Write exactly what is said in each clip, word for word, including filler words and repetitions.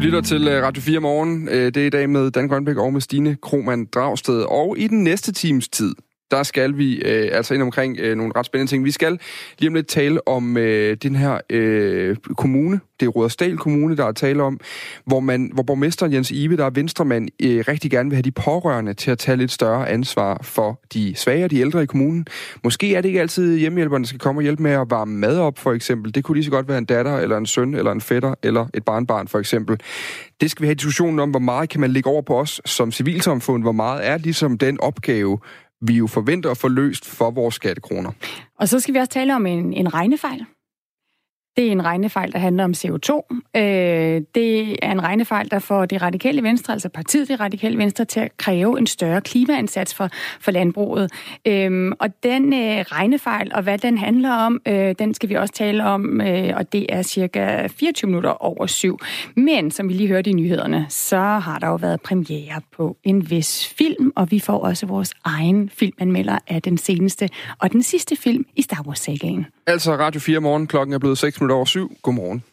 lytter til Radio fire Morgen. Det er i dag med Dan Grønbæk og med Stine Krohmann Dragsted. Og i den næste times tid, der skal vi øh, altså ind omkring øh, nogle ret spændende ting. Vi skal lige om lidt tale om øh, den her øh, kommune. Det er Rudersdal Kommune, der er tale om, hvor, man, hvor borgmester Jens Ibe, der er venstremand, øh, rigtig gerne vil have de pårørende til at tage lidt større ansvar for de svage og de ældre i kommunen. Måske er det ikke altid hjemmehjælperne, der skal komme og hjælpe med at varme mad op, for eksempel. Det kunne lige så godt være en datter, eller en søn, eller en fætter, eller et barnbarn, for eksempel. Det skal vi have diskussionen om, hvor meget kan man lægge over på os som civilsamfund, hvor meget er ligesom den opgave, vi jo forventer at få løst for vores skattekroner. Og så skal vi også tale om en, en regnefejl. Det er en regnefejl, der handler om C O to. Øh, det er en regnefejl, der får det radikale venstre, altså partiet det radikale venstre, til at kræve en større klimaindsats for, for landbruget. Øh, og den øh, regnefejl, og hvad den handler om, øh, den skal vi også tale om, øh, og det er cirka fireogtyve minutter over syv. Men som vi lige hørte i nyhederne, så har der jo været premiere på en vis film, og vi får også vores egen filmanmelder af den seneste og den sidste film i Star Wars-sagaen. Altså Radio fire Morgen, klokken er blevet seks minutter over syv. Godmorgen.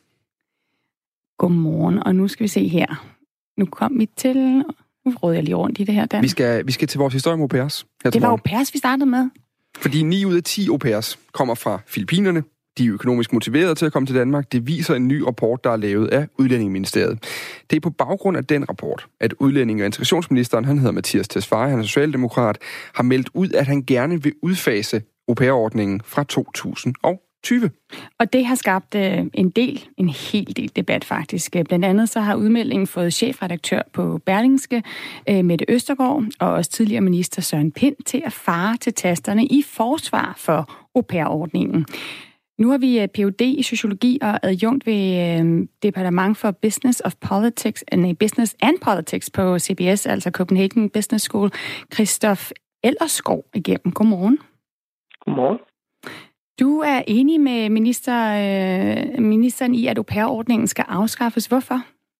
Godmorgen, og nu skal vi se her. Nu kom vi til... Nu råder jeg lige rundt i det her, Dan. Vi skal, vi skal til vores historie om au pairs. Det var au pairs, vi startede med. Fordi ni ud af ti au pairs kommer fra Filippinerne. De er økonomisk motiverede til at komme til Danmark. Det viser en ny rapport, der er lavet af Udlændingeministeriet. Det er på baggrund af den rapport, at udlændinge- og integrationsministeren, han hedder Mattias Tesfaye, han er socialdemokrat, har meldt ud, at han gerne vil udfase au pair-ordningen fra to tusind og tyve. Og det har skabt øh, en del, en hel del debat faktisk. Blandt andet så har udmeldingen fået chefredaktør på Berlingske, øh, Mette Østergaard, og også tidligere minister Søren Pind til at fare til tasterne i forsvar for au pair-ordningen. Nu har vi P H D i sociologi og adjunkt ved øh, Departement for Business of Politics, nej, Business and Politics på C B S, altså Copenhagen Business School, Christoph Ellerskov igennem. Godmorgen. Godmorgen. Du er enig med minister, øh, ministeren i, at au pair-ordningen skal afskaffes. Hvorfor?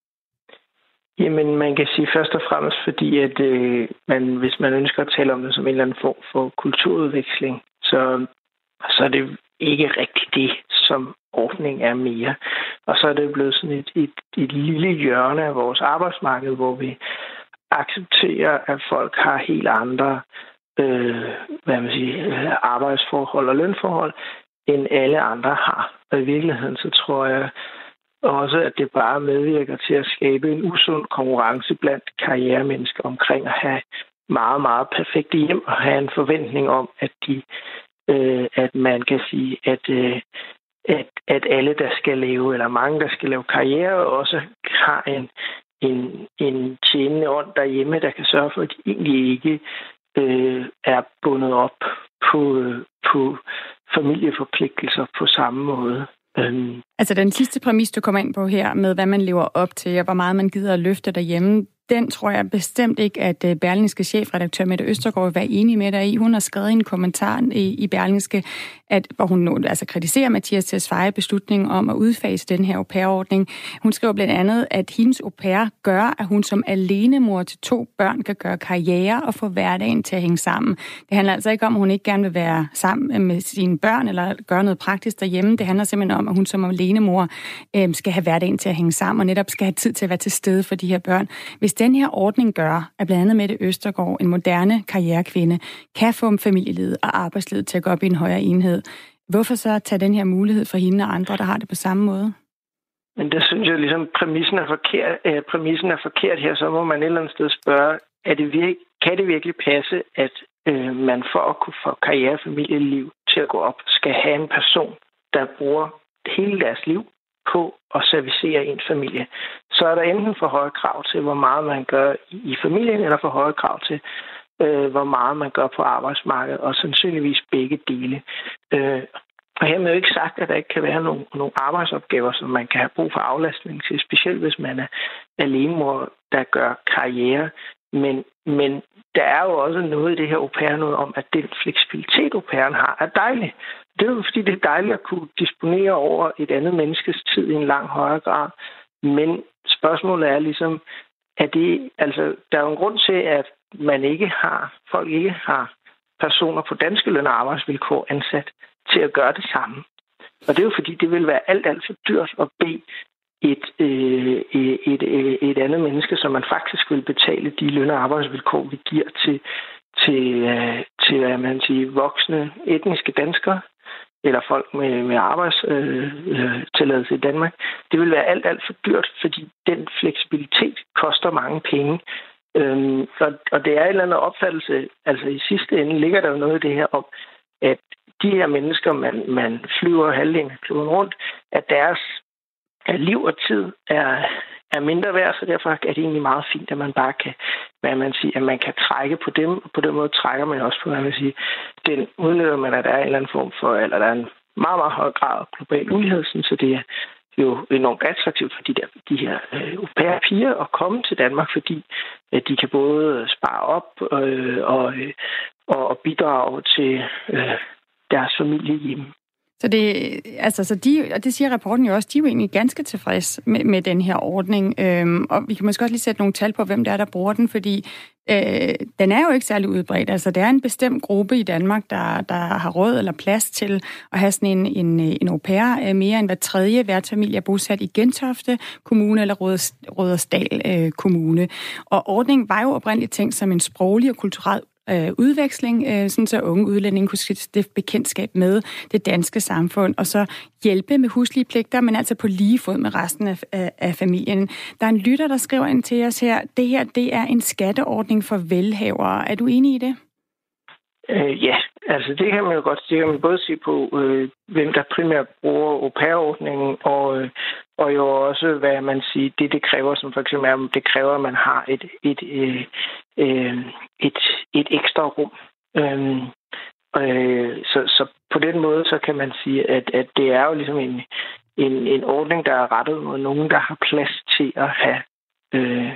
Jamen, man kan sige først og fremmest, fordi at øh, man, hvis man ønsker at tale om det som en eller anden form for kulturudveksling, så, så er det ikke rigtigt det, som ordning er mere. Og så er det blevet sådan et, et, et lille hjørne af vores arbejdsmarked, hvor vi accepterer, at folk har helt andre øh, hvad man siger, arbejdsforhold og lønforhold, end alle andre har. Og i virkeligheden, så tror jeg også, at det bare medvirker til at skabe en usund konkurrence blandt karrieremennesker omkring at have meget, meget perfekte hjem og have en forventning om, at de øh, at man kan sige, at, øh, at, at alle, der skal leve, eller mange, der skal lave karriere, også har en, en, en tjenende ånd derhjemme, der kan sørge for, at de egentlig ikke øh, er bundet op på, på familieforpligtelser på samme måde. Um, altså den sidste præmis, du kommer ind på her, med hvad man lever op til, og hvor meget man gider at løfte derhjemme, den tror jeg bestemt ikke, at Berlingske chefredaktør Mette Østergaard vil være enig med dig i. Hun har skrevet i en kommentar i, i Berlingske, at, hvor hun nu, altså kritiserer Mattias Tesfaye beslutningen om at udfase den her au pair-ordning. Hun skriver blandt andet, at hendes au pair gør, at hun som alenemor til to børn kan gøre karriere og få hverdagen til at hænge sammen. Det handler altså ikke om, at hun ikke gerne vil være sammen med sine børn eller gøre noget praktisk derhjemme. Det handler simpelthen om, at hun som alenemor øh, skal have hverdagen til at hænge sammen og netop skal have tid til at være til stede for de her børn. Hvis den her ordning gør, at blandt andet Mette Østergaard, en moderne karrierekvinde, kan få familielivet og arbejdslivet til at gå op i en højere enhed, hvorfor så tage den her mulighed for hende og andre, der har det på samme måde? Men der synes jeg ligesom, præmissen er forkert, øh, præmissen er forkert her, så må man et eller andet sted spørge, er det virke, kan det virkelig passe, at øh, man for at kunne få karriere og familieliv til at gå op, skal have en person, der bruger hele deres liv på at servicere en familie? Så er der enten for høje krav til, hvor meget man gør i familien, eller for høje krav til, øh, hvor meget man gør på arbejdsmarkedet, og sandsynligvis begge dele. Øh, og hermed jo ikke sagt, at der ikke kan være nogle, nogle arbejdsopgaver, som man kan have brug for aflastning til, specielt hvis man er alenemor, der gør karriere. Men, men der er jo også noget i det her au pair, noget om, at den fleksibilitet, au pairen har, er dejlig. Det er jo fordi, det er dejligt at kunne disponere over et andet menneskes tid i en langt højere grad. Men spørgsmålet er ligesom, at det, altså, der er jo en grund til, at man ikke har, folk ikke har personer på danske løn- og arbejdsvilkår ansat til at gøre det samme. Og det er jo fordi, det vil være alt, alt for dyrt at bede et, øh, et, et, et andet menneske, som man faktisk vil betale de løn- og arbejdsvilkår, vi giver til, til, øh, til hvad man siger, voksne etniske danskere, eller folk med, med arbejdstilladelse øh, i Danmark, det vil være alt, alt for dyrt, fordi den fleksibilitet koster mange penge. Øhm, og, og det er en eller anden opfattelse, altså i sidste ende ligger der jo noget i det her om, at de her mennesker, man, man flyver halvdelen af kloden rundt, at deres liv og tid er, er mindre værd, så derfor er det egentlig meget fint, at man bare kan, hvad man siger, at man kan trække på dem, og på den måde trækker man også på, hvad man siger, den udnytter man, at der er en eller anden form for, eller der er en meget, meget høj grad af global ulighed, så det er jo enormt attraktivt for de, der, de her øh, au pair-piger at komme til Danmark, fordi øh, de kan både spare op øh, og, øh, og bidrage til øh, deres familie hjemme. Så det, altså, så de, og det siger rapporten jo også, de er jo egentlig ganske tilfreds med, med den her ordning. Øhm, og vi kan måske også lige sætte nogle tal på, hvem der er, der bruger den, fordi øh, den er jo ikke særlig udbredt. Altså, det er en bestemt gruppe i Danmark, der, der har råd eller plads til at have sådan en, en, en au pair. Mere end hver tredje værtsfamilie er bosat i Gentofte Kommune eller Rudersdal øh, Kommune. Og ordningen var jo oprindeligt tænkt som en sproglig og kulturel Øh, udveksling, øh, sådan så unge udlændinge kunne stifte bekendtskab med det danske samfund, og så hjælpe med huslige pligter, men altså på lige fod med resten af, af, af familien. Der er en lytter, der skriver ind til os her, det her, det er en skatteordning for velhavere. Er du enig i det? Øh, ja, altså det kan man jo godt, det kan man både se på, øh, hvem der primært bruger au pair-ordningen, og, øh, og jo også, hvad man siger, det det kræver, som for eksempel er, det kræver, at man har et, et, øh, øh, et, et ekstra rum. Øh, øh, så, så på den måde, så kan man sige, at, at det er jo ligesom en, en, en ordning, der er rettet mod nogen, der har plads til at have øh,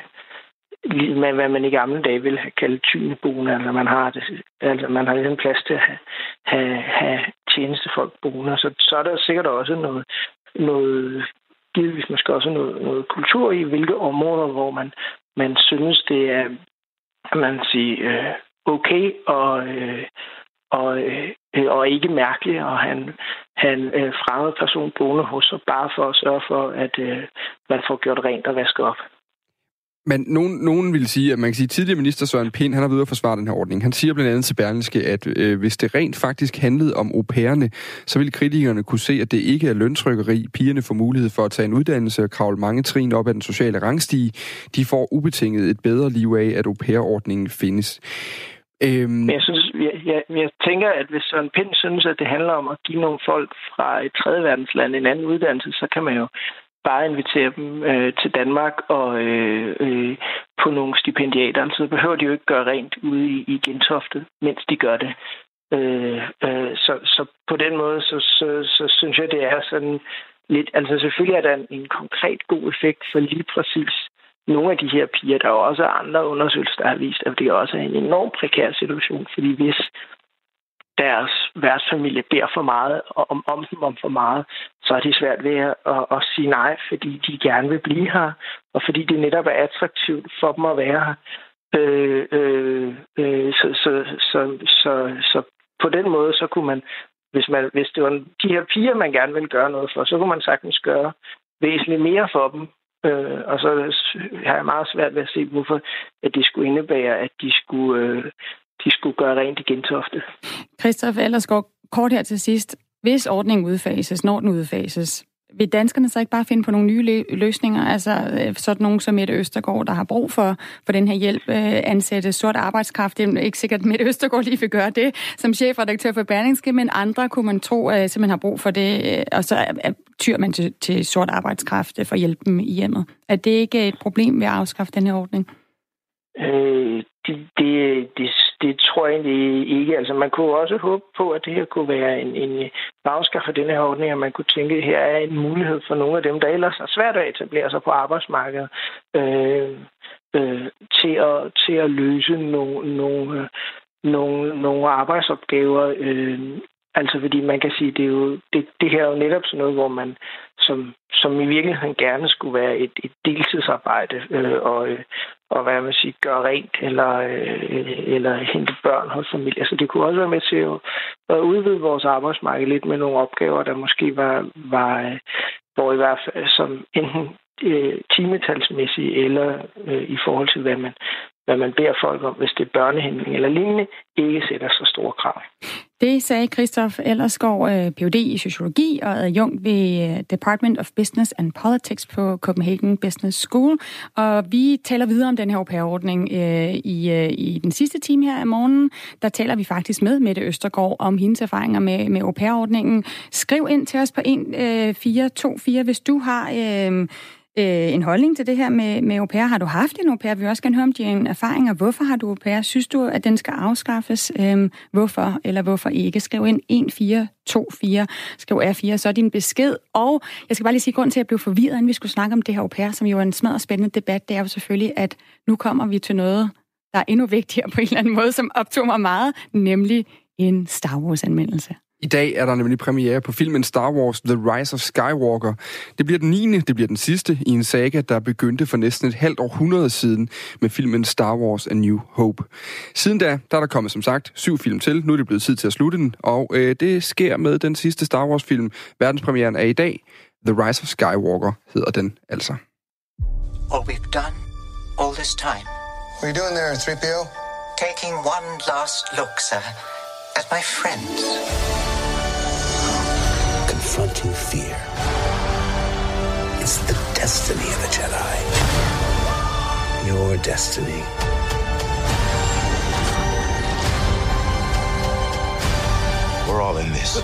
med hvad man i gamle dage ville have kaldt tyneboende, altså man har det, altså man har ligesom plads til at have, have, have tjenestefolk boende, så, så er der sikkert også noget, noget givetvis måske også noget, noget kultur i, hvilke områder, hvor man, man synes, det er, at man siger, øh, okay og, øh, og, øh, og ikke mærkeligt at have en, have en øh, fremmed person boende hos sig, bare for at sørge for, at øh, man får gjort rent og vasket op. Men nogen, nogen vil sige, at man kan sige, at tidligere minister Søren Pind, han har videre forsvaret den her ordning. Han siger blandt andet til Berlingske, at øh, hvis det rent faktisk handlede om au pairerne, så ville kritikerne kunne se, at det ikke er løntrykkeri. Pigerne får mulighed for at tage en uddannelse og kravle mange trin op ad den sociale rangstige. De får ubetinget et bedre liv af, at au pair-ordningen findes. Øhm... Jeg, synes, jeg, jeg, jeg tænker, at hvis Søren Pind synes, at det handler om at give nogle folk fra et tredje verdensland en anden uddannelse, så kan man jo bare invitere dem øh, til Danmark og øh, øh, på nogle stipendiater, så behøver de jo ikke gøre rent ude i, i Gentofte, mens de gør det. Øh, øh, så, så på den måde, så, så, så synes jeg, det er sådan lidt, altså selvfølgelig er der en, en konkret god effekt for lige præcis nogle af de her piger. Der er også andre undersøgelser, der har vist, at det også er en enorm prekær situation, fordi hvis deres værtsfamilie beder for meget om, om dem om for meget, så er de svært ved at, at, at sige nej, fordi de gerne vil blive her, og fordi det netop er attraktivt for dem at være her. Øh, øh, øh, så, så, så, så, så på den måde, så kunne man, hvis, man, hvis det var de her piger, man gerne ville gøre noget for, så kunne man sagtens gøre væsentligt mere for dem. Øh, og så har jeg meget svært ved at se, hvorfor at det skulle indebære, at de skulle... Øh, de skulle gøre rent i Gentofte. Christoph Ellersgaard, kort her til sidst. Hvis ordningen udfases, når den udfases, vil danskerne så ikke bare finde på nogle nye løsninger? Altså sådan nogen som Mette Østergaard, der har brug for, for den her hjælp, ansætte sort arbejdskraft. Det er ikke sikkert, at Mette Østergaard lige vil gøre det som chefredaktør for Berlingske, men andre kunne man tro, at simpelthen har brug for det, og så tyr man til, til sort arbejdskraft for at hjælpe dem i hjemmet. Er det ikke et problem ved at afskaffe den her ordning? Øh, det, det, det, det tror jeg egentlig ikke. Altså, man kunne også håbe på, at det her kunne være en, en afskaffe af denne her ordning, at man kunne tænke, at her er en mulighed for nogle af dem, der ellers er svært at etablere sig på arbejdsmarkedet, øh, øh, til, at, til at løse nogle, nogle, nogle, nogle arbejdsopgaver. Øh, altså, fordi man kan sige, det er jo det, det her er jo netop sådan noget, hvor man som, som i virkeligheden gerne skulle være et, et deltidsarbejde, øh, og, og hvad man siger, gøre rent, eller, øh, eller hente børn hos familie. Så det kunne også være med til at, at udvide vores arbejdsmarked lidt med nogle opgaver, der måske var, var, hvor i hvert fald som enten øh, timetalsmæssigt eller øh, i forhold til, hvad man, hvad man beder folk om, hvis det er børnehandling eller lignende, ikke sætter så store krav. Det sagde Christoph Ellersgaard, P H D i sociologi og adjunkt ved Department of Business and Politics på Copenhagen Business School. Og vi taler videre om den her au pair-ordning øh, i, øh, i den sidste time her af morgenen. Der taler vi faktisk med Mette Østergaard om hendes erfaringer med, med au pair-ordningen. Skriv ind til os på en fire to fire, hvis du har øh, en holdning til det her med, med au pair. Har du haft en au pair? Vi vil også gerne høre om dine erfaringer. Hvorfor har du au pair? Synes du, at den skal afskaffes? Øhm, hvorfor eller hvorfor ikke? Skriv ind en fire to fire. Skriv R fire, så er din besked. Og jeg skal bare lige sige, grund til at blive forvirret, inden vi skulle snakke om det her au pair, som jo er en smadret spændende debat, det er jo selvfølgelig, at nu kommer vi til noget, der er endnu vigtigere på en eller anden måde, som optog mig meget, nemlig en Star Wars-anmeldelse. I dag er der nemlig premiere på filmen Star Wars The Rise of Skywalker. Det bliver den niende, det bliver den sidste i en saga, der begyndte for næsten et halvt århundrede siden med filmen Star Wars A New Hope. Siden da, der er der kommet som sagt syv film til. Nu er det blevet tid til at slutte den, og øh, det sker med den sidste Star Wars film. Verdenspremieren er i dag. The Rise of Skywalker hedder den altså. All we've done all this time. What are you doing there, three P O? Taking one last look, sir, at my friends. Confronting fear. It's the destiny of a Jedi. Your destiny. We're all in this.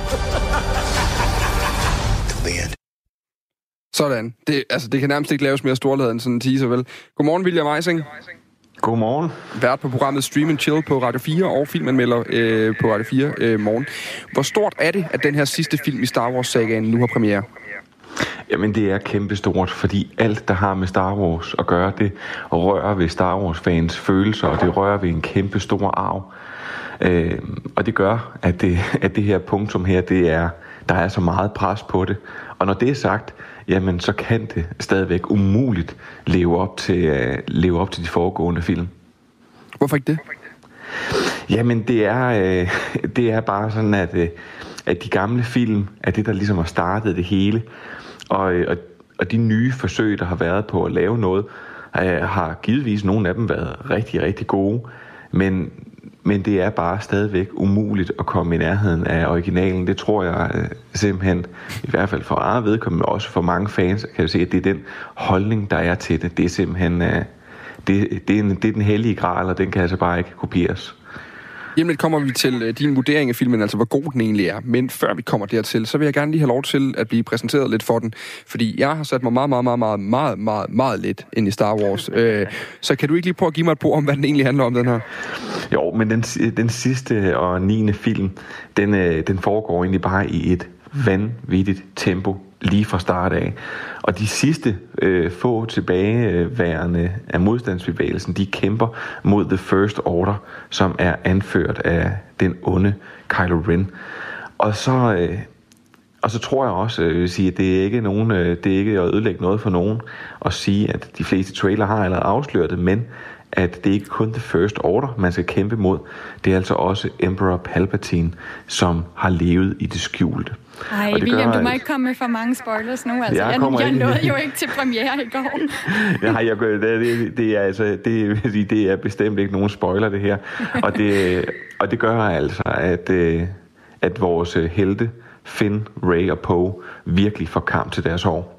Till the end. Sådan. Det, altså, det kan nærmest ikke laves mere storladet end sådan en teaser, vel? Godmorgen, William Eising. Godmorgen. Vært på programmet Stream and Chill på Radio fire og filmanmelder øh, på Radio fire øh, morgen. Hvor stort er det, at den her sidste film i Star Wars-sagaen nu har premiere? Jamen, det er kæmpestort, fordi alt, der har med Star Wars at gøre, det rører ved Star Wars-fans følelser, og det rører ved en kæmpe stor arv. Øh, og det gør, at det, at det her punktum her, det er, der er så meget pres på det. Og når det er sagt, jamen så kan det stadigvæk umuligt leve op til, uh, leve op til de foregående film. Hvorfor ikke det? Jamen det er, uh, det er bare sådan, at, uh, at de gamle film er det, der ligesom har startet det hele. Og, og, og de nye forsøg, der har været på at lave noget, uh, har givetvis nogle af dem været rigtig, rigtig gode. Men, men det er bare stadigvæk umuligt at komme i nærheden af originalen. Det tror jeg uh, simpelthen, i hvert fald for eget vedkommende, også for mange fans, kan jeg se, at det er den holdning, der er til det. Det er simpelthen, uh, det, det, er en, det er den hellige gral, og den kan altså bare ikke kopieres. Jamen kommer vi til uh, din vurdering af filmen, altså hvor god den egentlig er. Men før vi kommer dertil, så vil jeg gerne lige have lov til at blive præsenteret lidt for den. Fordi jeg har sat mig meget, meget, meget, meget, meget, meget, meget lidt ind i Star Wars. uh, så kan du ikke lige prøve at give mig et på om, hvad den egentlig handler om, den her? Jo, men den, den sidste og niende film, den, øh, den foregår egentlig bare i et vanvittigt tempo lige fra start af. Og de sidste øh, få tilbageværende af modstandsbevægelsen, de kæmper mod The First Order, som er anført af den onde Kylo Ren. Og så, øh, og så tror jeg også, øh, vil sige, at det er ikke nogen, øh, det er ikke at ødelægge noget for nogen at sige, at de fleste trailer har allerede afsløret det, men at det ikke kun The First Order, man skal kæmpe mod. Det er altså også Emperor Palpatine, som har levet i det skjulte. Ej, William, du må ikke komme med for mange spoilers nu. Altså, jeg, jeg, jeg nåede jo ikke til premiere i går. Nej, jeg, det, det, er altså, det, det er bestemt ikke nogen spoiler, det her. Og det, og det gør altså, at, at vores helte, Finn, Rey og Poe, virkelig får kamp til deres hår.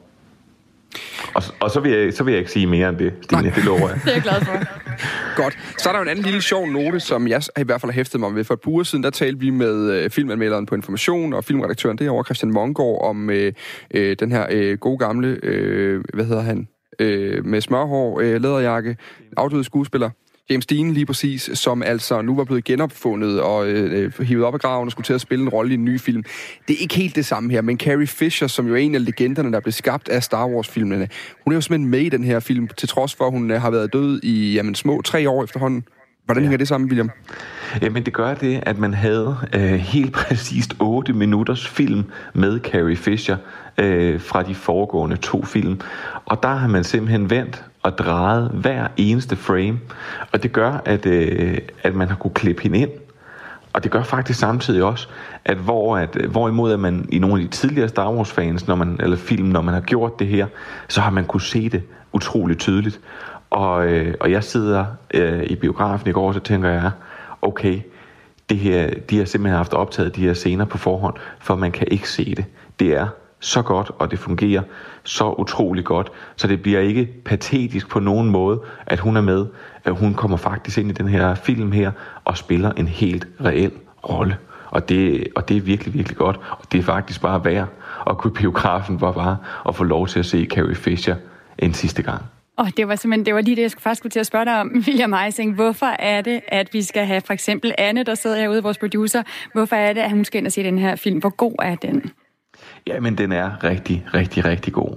Og, og så, vil jeg, så vil jeg ikke sige mere end det, Stine. Nej. Det lover jeg. Det er jeg glad for. Godt. Så er der jo en anden lille sjov note, som jeg i hvert fald har hæftet mig ved. For et par uger siden, der talte vi med øh, filmanmelderen på Information og filmredaktøren derovre, Christian Mongård, om øh, øh, den her øh, gode gamle, øh, hvad hedder han, øh, med smørhår, øh, læderjakke, afdøde skuespiller. James Dean lige præcis, som altså nu var blevet genopfundet og øh, hivet op af graven og skulle til at spille en rolle i en ny film. Det er ikke helt det samme her, men Carrie Fisher, som jo er en af legenderne, der blev skabt af Star Wars-filmene, hun er jo simpelthen med i den her film, til trods for, at hun har været død i jamen, små tre år efterhånden. Hvordan hænger det sammen, William? Jamen det gør det, at man havde øh, helt præcist otte minutters film med Carrie Fisher øh, fra de foregående to film. Og der har man simpelthen vendt og drejet hver eneste frame. Og det gør, at, øh, at man har kunne klippe hende ind Og det gør faktisk samtidig også, at, hvor at hvorimod at man i nogle af de tidligere Star Wars fans, når man, eller film, når man har gjort det her, så har man kunne se det utroligt tydeligt. Og, øh, og jeg sidder øh, i biografen i går, så tænker jeg, okay, det her, de har simpelthen haft optaget de her scener på forhånd, for man kan ikke se det. Det er så godt, og det fungerer så utroligt godt, så det bliver ikke patetisk på nogen måde, at hun er med. At hun kommer faktisk ind i den her film her, og spiller en helt reel rolle. Og det, og det er virkelig, virkelig godt. Og det er faktisk bare værd at gå i biografen for bare at få lov til at se Carrie Fisher en sidste gang. Og oh, det var simpelthen, det var lige det, jeg skulle faktisk skulle til at spørge dig om, William Eising. Hvorfor er det, at vi skal have for eksempel Anne, der sidder herude, vores producer, hvorfor er det, at hun skal ind og se den her film? Hvor god er den? Jamen, den er rigtig, rigtig, rigtig god.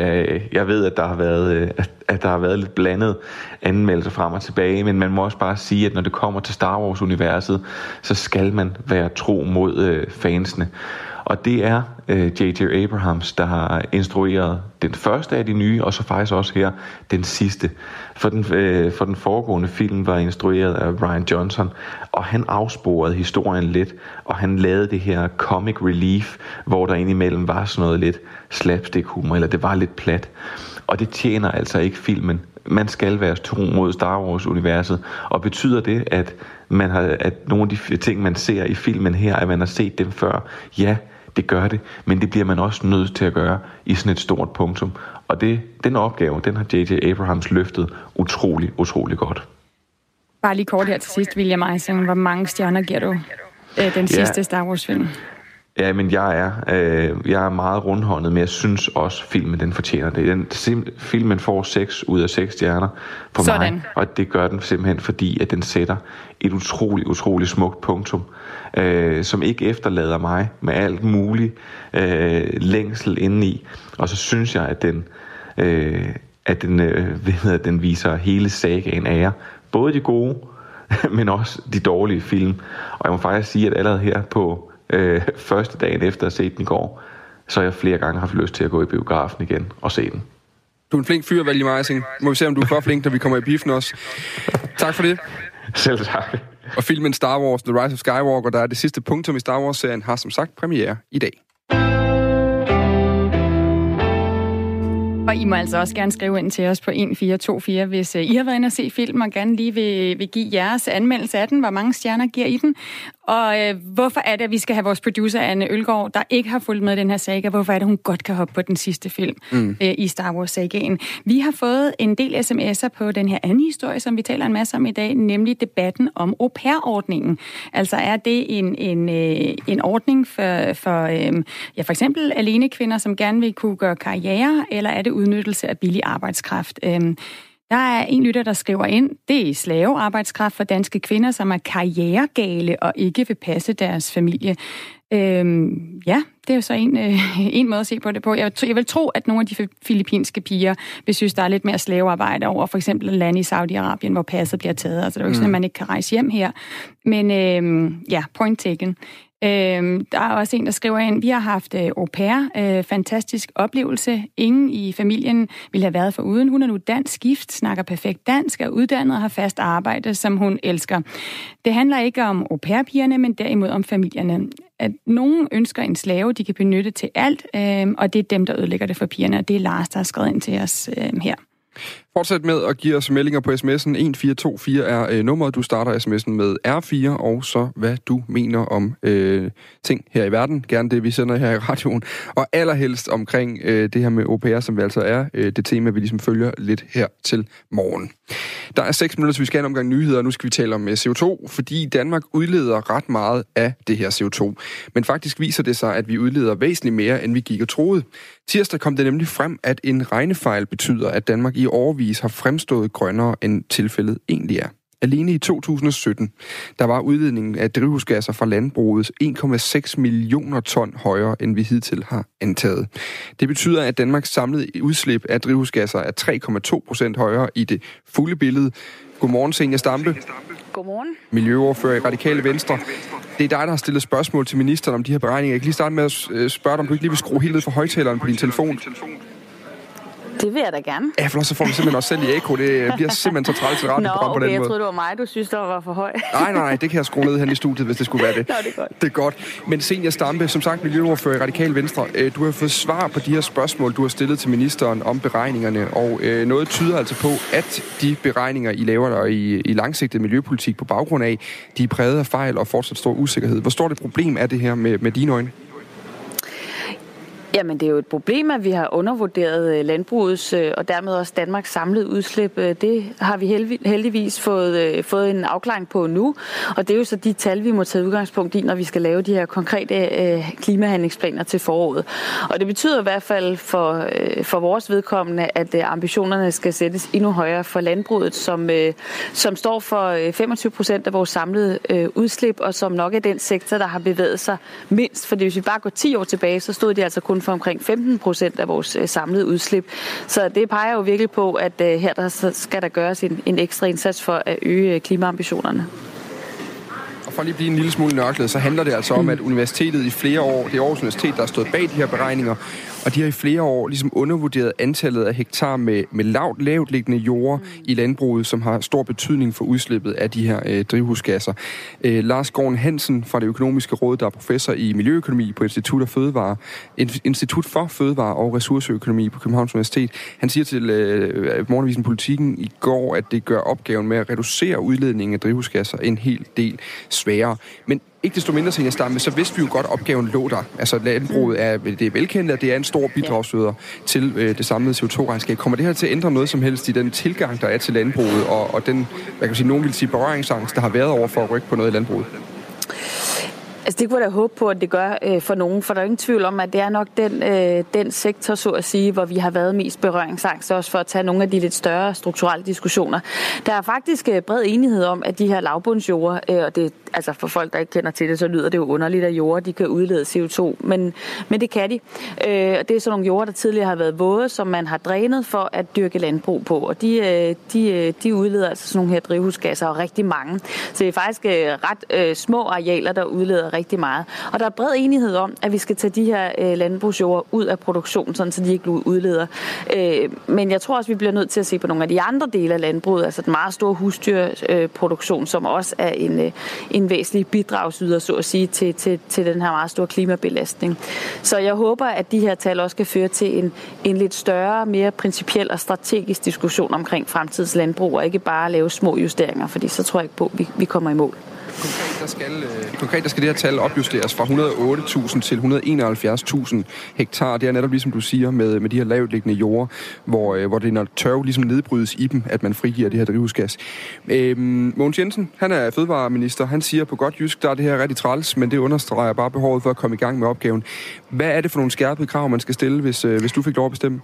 Jeg ved, at der har været, at der har været lidt blandet anmeldelser frem og tilbage, men man må også bare sige, at når det kommer til Star Wars-universet, så skal man være tro mod fansene. Og det er J J Abrams, der har instrueret den første af de nye, og så faktisk også her den sidste. For den, øh, for den foregående film var instrueret af Rian Johnson, og han afsporede historien lidt, og han lavede det her comic relief, hvor der indimellem var sådan noget lidt slapstick-humor, eller det var lidt plat. Og det tjener altså ikke filmen. Man skal være tro mod Star Wars-universet, og betyder det, at, man har, at nogle af de ting, man ser i filmen her, at man har set dem før? Ja, det gør det, men det bliver man også nødt til at gøre i sådan et stort punktum. Og det, den opgave, den har J J Abrams løftet utrolig, utrolig godt. Bare lige kort her til sidst, William Eising. Hvor mange stjerner giver du øh, den sidste ja. Star Wars-film? Ja, men jeg er, øh, jeg er meget rundhåndet, men jeg synes også, filmen den fortjener det. Den, sim, filmen får seks ud af seks stjerner for Sådan. mig, og det gør den simpelthen, fordi at den sætter et utroligt, utroligt smukt punktum, øh, som ikke efterlader mig med alt muligt øh, længsel indeni. Og så synes jeg, at den, øh, at den, øh, ved, at den viser hele sagaen ære. Både de gode, men også de dårlige film. Og jeg må faktisk sige, at allerede her på Øh, første dagen efter at have set den i går, så har jeg flere gange haft lyst til at gå i biografen igen og se den. Du er en flink fyr, William Eising. Må vi se, om du er for flink, når vi kommer i biffen også. Tak for det. Selv tak. Og filmen Star Wars The Rise of Skywalker, der er det sidste punktum i Star Wars-serien, har som sagt premiere i dag. Og I må altså også gerne skrive ind til os på et fire to fire, hvis I har været inde og se film og gerne lige vil, vil give jeres anmeldelse af den. Hvor mange stjerner giver I den? Og øh, hvorfor er det, at vi skal have vores producer, Anne Ølgaard, der ikke har fulgt med den her saga? Hvorfor er det, hun godt kan hoppe på den sidste film mm. øh, i Star Wars-sagaen? Vi har fået en del sms'er på den her anden historie, som vi taler en masse om i dag, nemlig debatten om au pair-ordningen. Altså er det en, en, øh, en ordning for, for, øh, ja, for eksempel alene kvinder, som gerne vil kunne gøre karriere, eller er det udnyttelse af billig arbejdskraft? Øh, Der er en lytter, der skriver ind, det er slavearbejdskraft for danske kvinder, som er karrieregale og ikke vil passe deres familie. Øhm, ja, det er jo så en, øh, en måde at se på det på. Jeg, jeg vil tro, at nogle af de filippinske piger vil synes, der er lidt mere slavearbejde over for eksempel lande i Saudi-Arabien, hvor passet bliver taget. Altså det er jo ikke sådan, at man ikke kan rejse hjem her. Men øh, ja, point taken. Øhm, der er også en, der skriver ind, vi har haft øh, au pair, øh, fantastisk oplevelse. Ingen i familien ville have været foruden. Hun er nu dansk gift, snakker perfekt dansk, er uddannet og har fast arbejde, som hun elsker. Det handler ikke om au pair-pigerne, men derimod om familierne. At nogen ønsker en slave, de kan benytte til alt, øh, og det er dem, der ødelægger det for pigerne, og det er Lars, der har skrevet ind til os øh, her. Fortsæt med at give os meldinger på sms'en. et fire to fire er øh, nummeret. Du starter sms'en med R fire, og så hvad du mener om øh, ting her i verden. Gerne det, vi sender her i radioen. Og allerhelst omkring øh, det her med au pair, som vi altså er øh, det tema, vi ligesom følger lidt her til morgen. Der er seks minutter, så vi skal have en omgang nyheder, og nu skal vi tale om C O to, fordi Danmark udleder ret meget af det her C O to. Men faktisk viser det sig, at vi udleder væsentligt mere, end vi gik og troede. Tirsdag kom det nemlig frem, at en regnefejl betyder, at Danmark i årevis har fremstået grønnere, end tilfældet egentlig er. Alene i to tusind og sytten, der var udledningen af drivhusgasser fra landbruget en komma seks millioner ton højere, end vi hidtil har antaget. Det betyder, at Danmarks samlede udslip af drivhusgasser er tre komma to procent højere i det fulde billede. Godmorgen, Zenia Stampe. Godmorgen. Miljøordfører i Radikale Venstre. Det er dig, der har stillet spørgsmål til ministeren om de her beregninger. Jeg kan lige starte med at spørge dig, om du ikke lige vil skrue helt ned for højtaleren på din telefon. Det vil jeg da gerne. Ja, for så får vi simpelthen også selv i eko. Det bliver simpelthen så træls et radioprogram okay, på den jeg måde. troede, det var mig, du synes, der var for høj. nej, nej, nej, det kan jeg skrue ned hen i studiet, hvis det skulle være det. Nå, det er godt. Det er godt. Men Zenia Stampe, som sagt miljøordfører i Radikal Venstre, du har fået svar på de her spørgsmål, du har stillet til ministeren om beregningerne, og noget tyder altså på, at de beregninger, I laver der i, i langsigtet miljøpolitik på baggrund af, de er præget af fejl og fortsat stor usikkerhed. Hvor stort et problem er det her med, med dine øjne? Jamen, det er jo et problem, at vi har undervurderet landbrugets og dermed også Danmarks samlede udslip. Det har vi heldigvis fået, fået en afklaring på nu, og det er jo så de tal, vi må tage udgangspunkt i, når vi skal lave de her konkrete klimahandlingsplaner til foråret. Og det betyder i hvert fald for, for vores vedkommende, at ambitionerne skal sættes endnu højere for landbruget, som, som står for femogtyve procent af vores samlede udslip, og som nok er den sektor, der har bevæget sig mindst. For hvis vi bare går ti år tilbage, så stod de altså kun for omkring femten procent af vores øh, samlede udslip. Så det peger jo virkelig på, at øh, her der skal der gøres en, en ekstra indsats for at øge øh, klimaambitionerne. Og for lige at blive en lille smule nørklet, så handler det altså om, at universitetet i flere år, det er Aarhus Universitet, der har stået bag de her beregninger, og de har i flere år ligesom undervurderet antallet af hektar med, med lavt, lavt liggende jorder mm. i landbruget, som har stor betydning for udslippet af de her øh, drivhusgasser. Øh, Lars Gården Hansen fra Det Økonomiske Råd, der er professor i miljøøkonomi på Institut, af Fødevare, Institut for Fødevare og Ressourceøkonomi på Københavns Universitet. Han siger til øh, Morgenavisen Politikken i går, at det gør opgaven med at reducere udledningen af drivhusgasser en hel del sværere. Men ikke desto mindre, Zenia Stampe, så vidste vi jo godt, at opgaven lå der. Altså landbruget er, det er velkendt, at det er en stor bidragsyder til øh, det samlede C O to regnskab. Kommer det her til at ændre noget som helst i den tilgang, der er til landbruget, og, og den, hvad kan man sige, nogen vil sige, berøringsangst, der har været over for at rykke på noget i landbruget? Altså det kunne jeg da håbe på, at det gør øh, for nogen, for der er ingen tvivl om, at det er nok den, øh, den sektor, så at sige, hvor vi har været mest berøringsangst, også for at tage nogle af de lidt større strukturelle diskussioner. Der er faktisk øh, bred enighed om, at de her lavbundsjorder, øh, og det, altså for folk, der ikke kender til det, så lyder det jo underligt, at jorder de kan udlede C O to, men, men det kan de. Øh, og det er sådan nogle jorder, der tidligere har været våde, som man har drænet for at dyrke landbrug på, og de, øh, de, de udleder altså sådan nogle her drivhusgasser, og rigtig mange. Så det er faktisk øh, ret øh, små arealer, der udleder rigtig meget. Og der er bred enighed om, at vi skal tage de her øh, landbrugsjord ud af produktion, sådan, så de ikke udleder. Øh, men jeg tror også, vi bliver nødt til at se på nogle af de andre dele af landbruget, altså den meget store husdyrproduktion, øh, som også er en, øh, en væsentlig bidragsyder, så at sige, til, til, til den her meget store klimabelastning. Så jeg håber, at de her tal også skal føre til en, en lidt større, mere principiel og strategisk diskussion omkring fremtidens landbrug, og ikke bare lave små justeringer, fordi så tror jeg ikke på, at vi, vi kommer i mål. Konkret der, skal, øh, konkret, der skal det her tal opjusteres fra et hundrede og otte tusind til et hundrede og enoghalvfjerds tusind hektar. Det er netop ligesom du siger med, med de her lavtliggende jorder, hvor, øh, hvor det når tørv ligesom nedbrydes i dem, at man frigiver det her drivhusgas. Øh, Mogens Jensen, han er fødevareminister. Han siger på godt jysk, der er det her rigtig træls, men det understreger bare behovet for at komme i gang med opgaven. Hvad er det for nogle skærpede krav, man skal stille, hvis, øh, hvis du fik lov at bestemme?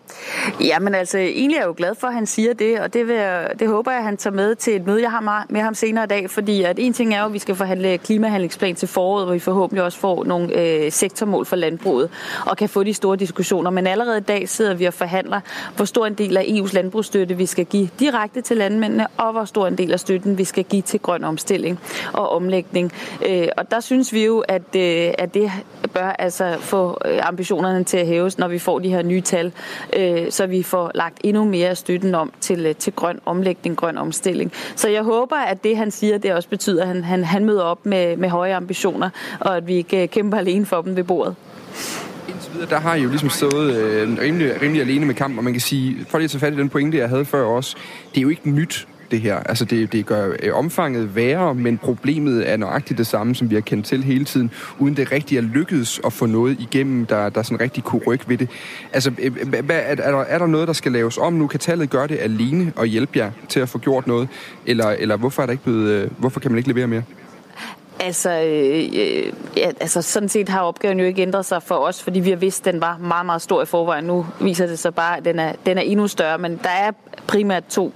Jamen altså, egentlig er jeg jo glad for, at han siger det, og det, vil jeg, det håber jeg, at han tager med til et møde, jeg har med ham senere i dag, fordi at en ting er jo, at vi skal forhandle klimahandlingsplan til foråret, hvor vi forhåbentlig også får nogle øh, sektormål for landbruget, og kan få de store diskussioner, men allerede i dag sidder vi og forhandler, hvor stor en del af E U's landbrugsstøtte vi skal give direkte til landmændene, og hvor stor en del af støtten vi skal give til grøn omstilling og omlægning. Øh, og der synes vi jo, at, øh, at det bør altså få ambitionerne til at hæves, når vi får de her nye tal, så vi får lagt endnu mere støtten om til, til grøn omlægning, grøn omstilling. Så jeg håber, at det, han siger, det også betyder, at han, han, han møder op med, med høje ambitioner, og at vi ikke kæmper alene for dem ved bordet. Indtil videre, der har I jo ligesom stået øh, rimelig, rimelig alene med kamp, og man kan sige, for lige at tage fat i den pointe, jeg havde før også, det er jo ikke nyt, det her. Altså det, det gør øh, omfanget værre, men problemet er nøjagtigt det samme, som vi har kendt til hele tiden, uden det rigtig er lykkedes at få noget igennem, der, der sådan rigtig kunne rykke ved det. Altså, øh, hvad, er, er, der, er der noget, der skal laves om nu? Kan tallet gøre det alene og hjælpe jer til at få gjort noget? Eller, eller hvorfor er der ikke blevet, øh, hvorfor kan man ikke levere mere? Altså, øh, ja, altså, sådan set har opgaven jo ikke ændret sig for os, fordi vi har vidst, at den var meget, meget stor i forvejen. Nu viser det sig bare, at den er, den er endnu større, men der er primært to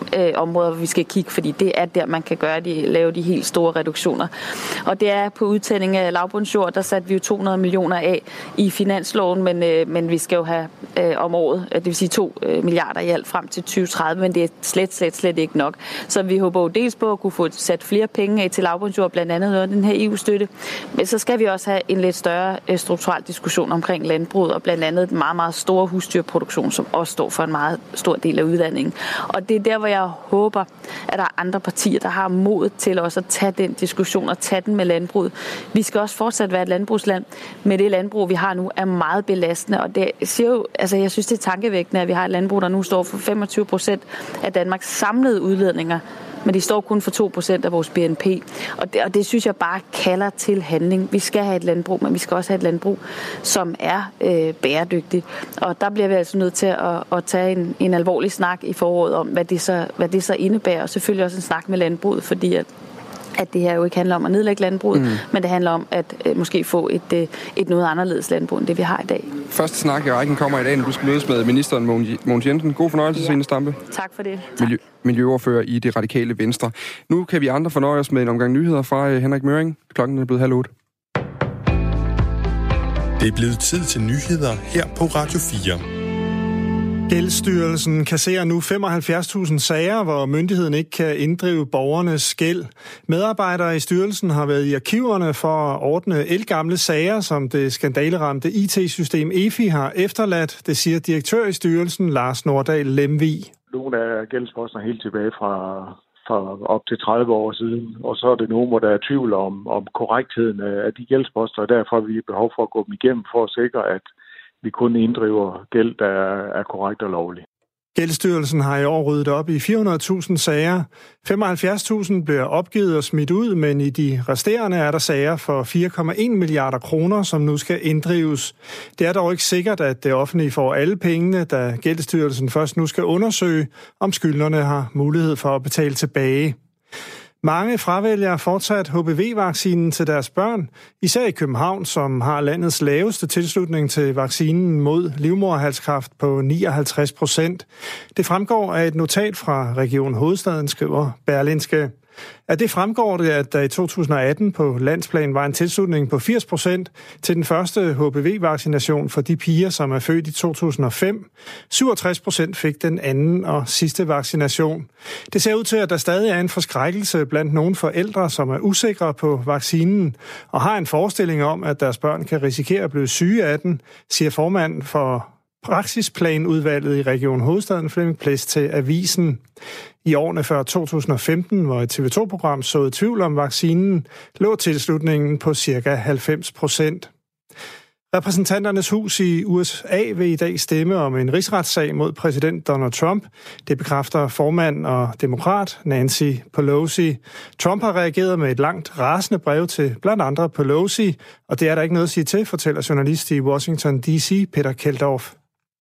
øh, områder, hvor vi skal kigge, fordi det er der, man kan gøre de, lave de helt store reduktioner. Og det er på udtagning af lavbundsjord, der satte vi jo to hundrede millioner af i finansloven, men, øh, men vi skal jo have øh, om året, det vil sige to øh, milliarder i alt frem til tyve tredive, men det er slet, slet, slet ikke nok. Så vi håber jo dels på at kunne få sat flere penge af til lavbundsjord, blandt andet noget af den her E U-støtte, men så skal vi også have en lidt større øh, strukturel diskussion omkring landbruget, og blandt andet en meget, meget stor husdyrproduktion, som også står for en meget stor del af uddanningen. Og det er der, hvor jeg håber, at der er andre partier, der har mod til også at tage den diskussion og tage den med landbruget. Vi skal også fortsat være et landbrugsland, men det landbrug, vi har nu, er meget belastende, og det siger jo, altså jeg synes, det er tankevækkende, at vi har et landbrug, der nu står for femogtyve procent af Danmarks samlede udledninger, men de står kun for to procent af vores B N P. Og det, og det synes jeg bare kalder til handling. Vi skal have et landbrug, men vi skal også have et landbrug, som er øh, bæredygtigt. Og der bliver vi altså nødt til at, at tage en, en alvorlig snak i foråret om, hvad det, så, hvad det så indebærer. Og selvfølgelig også en snak med landbruget, fordi at at det her jo ikke handler om at nedlægge landbruget, mm. men det handler om at øh, måske få et, et noget anderledes landbrug, end det vi har i dag. Første snak i rækken kommer i dag, når du skal mødes med ministeren Mogens Jensen. God fornøjelse, ja. Signe Stampe. Tak for det. Tak. Miljø, miljøordfører i Det Radikale Venstre. Nu kan vi andre fornøje os med en omgang nyheder fra øh, Henrik Møring. Klokken er blevet halv otte. Det er blevet tid til nyheder her på Radio fire. Gældsstyrelsen kasserer nu femoghalvfjerds tusind sager, hvor myndigheden ikke kan inddrive borgernes gæld. Medarbejdere i styrelsen har været i arkiverne for at ordne ældgamle sager, som det skandaleramte I T-system E F I har efterladt. Det siger direktør i styrelsen, Lars Nordahl Lemvig. Nogle af gældsposter helt tilbage fra, fra op til tredive år siden, og så er det nogle, hvor der er tvivl om, om korrektheden af de gældsposter, og derfor har vi behov for at gå dem igennem for at sikre, at vi kun inddriver gæld, der er korrekt og lovlig. Gældsstyrelsen har i år ryddet op i fire hundrede tusind sager. femoghalvfjerds tusind bliver opgivet og smidt ud, men i de resterende er der sager for fire komma en milliarder kroner, som nu skal inddrives. Det er dog ikke sikkert, at det offentlige får alle pengene, da Gældsstyrelsen først nu skal undersøge, om skyldnerne har mulighed for at betale tilbage. Mange fravælger fortsat H P V-vaccinen til deres børn, især i København, som har landets laveste tilslutning til vaccinen mod livmoderhalskræft på nioghalvtreds procent. Det fremgår af et notat fra Region Hovedstaden, skriver Berlingske. Af det fremgår det, at der i to tusind og atten på landsplan var en tilslutning på firs procent til den første H P V-vaccination for de piger, som er født i to tusind og fem. syvogtres procent fik den anden og sidste vaccination. Det ser ud til, at der stadig er en forskrækkelse blandt nogle forældre, som er usikre på vaccinen og har en forestilling om, at deres børn kan risikere at blive syge af den, siger formand for praksisplanudvalget i Region Hovedstaden, Flemming Ples, til Avisen. I årene før to tusind og femten, hvor et T V to-program såede tvivl om vaccinen, lå tilslutningen på ca. halvfems procent. Repræsentanternes hus i U S A vil i dag stemme om en rigsretssag mod præsident Donald Trump. Det bekræfter formand og demokrat Nancy Pelosi. Trump har reageret med et langt rasende brev til blandt andre Pelosi, og det er der ikke noget at sige til, fortæller journalist i Washington D C Peter Keldorf.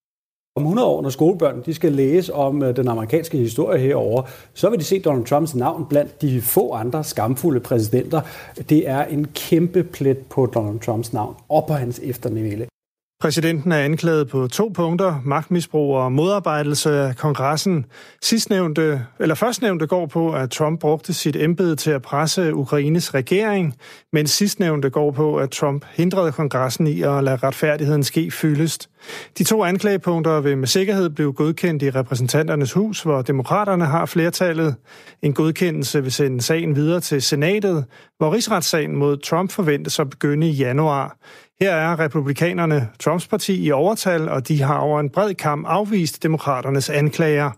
Om hundrede år, når skolebørn de skal læse om den amerikanske historie herover, så vil de se Donald Trumps navn blandt de få andre skamfulde præsidenter. Det er en kæmpe plet på Donald Trumps navn og på hans efternæle. Præsidenten er anklaget på to punkter, magtmisbrug og modarbejdelse af kongressen. Sidstnævnte, eller førstnævnte går på, at Trump brugte sit embede til at presse Ukraines regering, mens sidstnævnte går på, at Trump hindrede kongressen i at lade retfærdigheden ske fyldest. De to anklagepunkter vil med sikkerhed blive godkendt i repræsentanternes hus, hvor demokraterne har flertallet. En godkendelse vil sende sagen videre til senatet, hvor rigsretssagen mod Trump forventes at begynde i januar. Her er republikanerne Trumps parti i overtal, og de har over en bred kam afvist demokraternes anklager.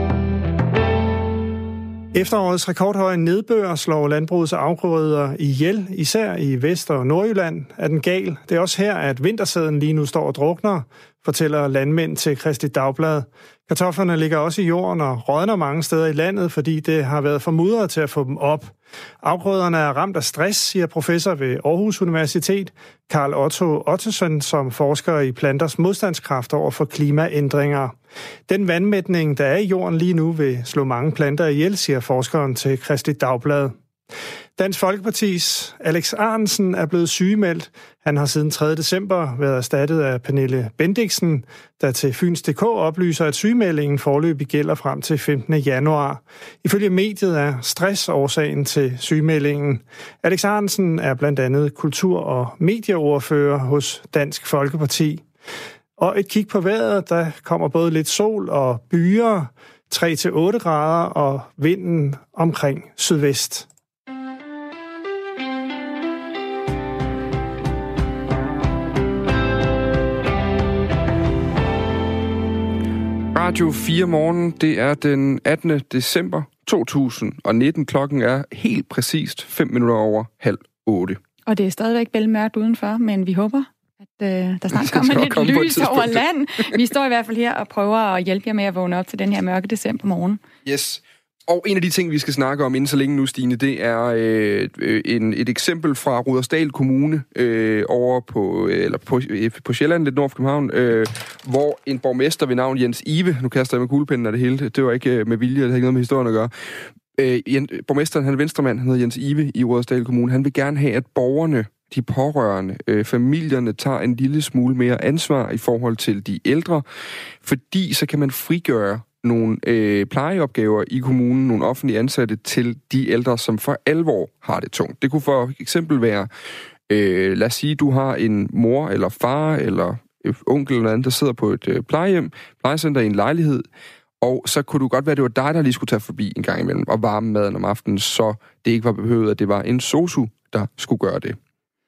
Efterårets rekordhøje nedbør slår landbrugets afgrøder ihjel, især i Vest- og Nordjylland. Er den gal? Det er også her, at vintersæden lige nu står og drukner, fortæller landmænd til Kristeligt Dagblad. Kartoflerne ligger også i jorden og rådner mange steder i landet, fordi det har været for mudret til at få dem op. Afgrøderne er ramt af stress, siger professor ved Aarhus Universitet, Karl Otto Ottesen, som forsker i planters modstandskraft over for klimaændringer. Den vandmætning, der er i jorden lige nu, vil slå mange planter ihjel, siger forskeren til Kristeligt Dagblad. Dansk Folkepartis Alex Ahrendtsen er blevet sygemeldt. Han har siden tredje december været erstattet af Pernille Bendiksen, der til Fyns punktum d k oplyser, at sygemeldingen foreløbig gælder frem til femtende januar. Ifølge mediet er stress årsagen til sygemeldingen. Alex Ahrendtsen er blandt andet kultur- og medieordfører hos Dansk Folkeparti. Og et kig på vejret, der kommer både lidt sol og byer, tre til otte grader og vinden omkring sydvest. Radio fire morgen, det er den attende december to tusind og nitten. Klokken er helt præcist fem minutter over halv otte. Og det er stadigvæk bælmørkt udenfor, men vi håber, at øh, der snart kommer lidt komme lys over land. Vi står i hvert fald her og prøver at hjælpe jer med at vågne op til den her mørke december morgen. Yes. Og en af de ting, vi skal snakke om inden så længe nu, Stine, det er øh, en, et eksempel fra Rudersdal Kommune øh, over på, eller på, på Sjælland, lidt nord for København, øh, hvor en borgmester ved navn Jens Ive, nu kaster jeg med kuglepinden af det hele, det var ikke med vilje, det har ikke noget med historien at gøre. Øh, borgmesteren, han er venstremand, han hedder Jens Ive i Rudersdal Kommune, han vil gerne have, at borgerne, de pårørende, øh, familierne tager en lille smule mere ansvar i forhold til de ældre, fordi så kan man frigøre nogle øh, plejeopgaver i kommunen, nogle offentlige ansatte til de ældre, som for alvor har det tungt. Det kunne for eksempel være, øh, lad os sige, du har en mor eller far eller øh, onkel eller andet, der sidder på et øh, plejehjem, plejecenter i en lejlighed, og så kunne du godt være, at det var dig, der lige skulle tage forbi en gang imellem og varme maden om aftenen, så det ikke var behøvet, at det var en sosu, der skulle gøre det.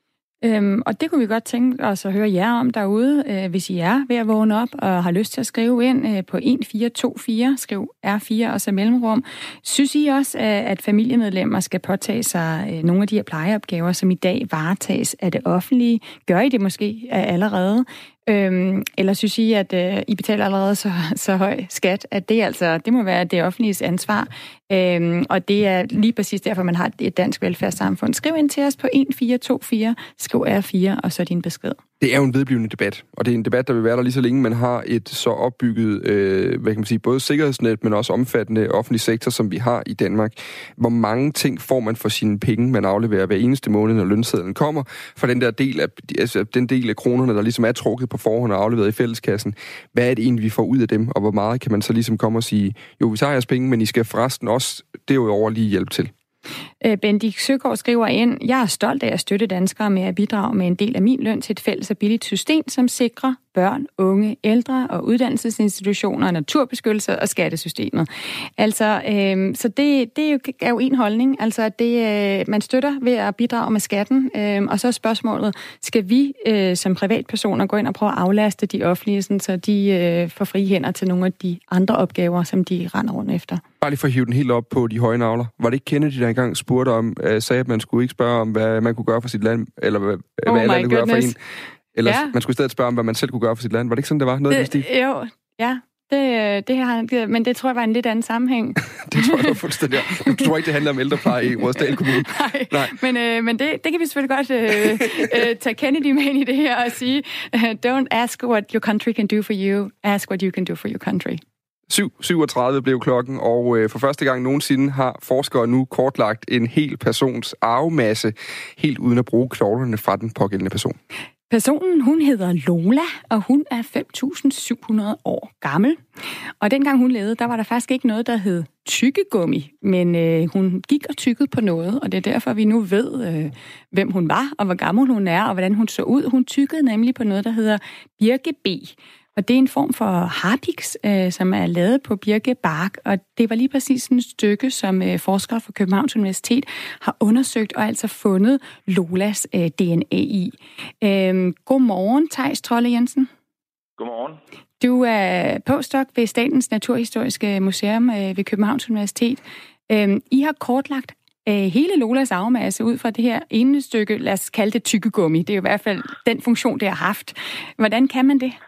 Øhm, og det kunne vi godt tænke os at høre jer om derude, øh, hvis I er ved at vågne op og har lyst til at skrive ind øh, på et fire to fire, skriv R fire og så mellemrum. Synes I også, at familiemedlemmer skal påtage sig øh, nogle af de her plejeopgaver, som i dag varetages af det offentlige? Gør I det måske allerede? Øhm, eller synes I, at øh, I betaler allerede så, så høj skat, at det altså det må være det offentliges ansvar, øhm, og det er lige præcis derfor, man har et dansk velfærdssamfund. Skriv ind til os på et fire to fire, skriv R fire og så din besked. Det er jo en vedblivende debat, og det er en debat, der vil være der lige så længe man har et så opbygget, øh, hvad kan man sige, både sikkerhedsnet, men også omfattende offentlig sektor, som vi har i Danmark. Hvor mange ting får man for sine penge, man afleverer hver eneste måned, når lønsedlen kommer, for den der del af, altså den del af kronerne, der ligesom er trukket på forhånd og afleveret i fælleskassen. Hvad er det egentlig, vi får ud af dem, og hvor meget kan man så ligesom komme og sige, jo, vi tager jeres penge, men I skal forresten også derudover lige hjælpe til. Bendik Søgaard skriver ind, jeg er stolt af at støtte danskere med at bidrage med en del af min løn til et fælles og billigt system, som sikrer børn, unge, ældre og uddannelsesinstitutioner, naturbeskyttelse og skattesystemet. Altså, øh, så det, det er jo en holdning, altså at det, øh, man støtter ved at bidrage med skatten, øh, og så er spørgsmålet, skal vi øh, som privatpersoner gå ind og prøve at aflaste de offentlige, sådan, så de øh, får frie hænder til nogle af de andre opgaver, som de render rundt efter? Bare lige for at hive den helt op på de høje navler. Var det ikke Kennedy, der engang spurgte om, øh, sagde, at man skulle ikke spørge om, hvad man kunne gøre for sit land, eller hvad, oh hvad alle kunne gøre for en? Eller ja. Man skulle i stedet spørge om, hvad man selv kunne gøre for sit land. Var det ikke sådan, det var? Noget det, jo, ja. Det, det har han givet, men det tror jeg var en lidt anden sammenhæng. Det tror jeg var fuldstændig. Du tror ikke, det handler om ældrepleje i Rudersdal Kommune? Nej, Nej. men, øh, men det, det kan vi selvfølgelig godt øh, øh, tage Kennedy med ind i det her og sige, don't ask what your country can do for you, ask what you can do for your country. syv syvogtredive blev klokken, og øh, for første gang nogensinde har forskere nu kortlagt en hel persons arvemasse, helt uden at bruge knoglerne fra den pågældende person. Personen, hun hedder Lola, og hun er fem tusind syv hundrede år gammel. Og dengang hun levede, der var der faktisk ikke noget, der hed tykkegummi, men øh, hun gik og tykkede på noget, og det er derfor, vi nu ved, øh, hvem hun var, og hvor gammel hun er, og hvordan hun så ud. Hun tykkede nemlig på noget, der hedder birkebe. Og det er en form for harpiks, øh, som er lavet på birkebark, og det var lige præcis sådan et stykke, som øh, forskere fra Københavns Universitet har undersøgt og altså fundet Lolas øh, D N A i. Øh, godmorgen, Theis Trolle Jensen. Godmorgen. Du er postdoc ved Statens Naturhistoriske Museum øh, ved Københavns Universitet. Øh, I har kortlagt øh, hele Lolas arvemasse ud fra det her ene stykke, lad os kalde det tykkegummi. Det er jo i hvert fald den funktion, det har haft. Hvordan kan man det?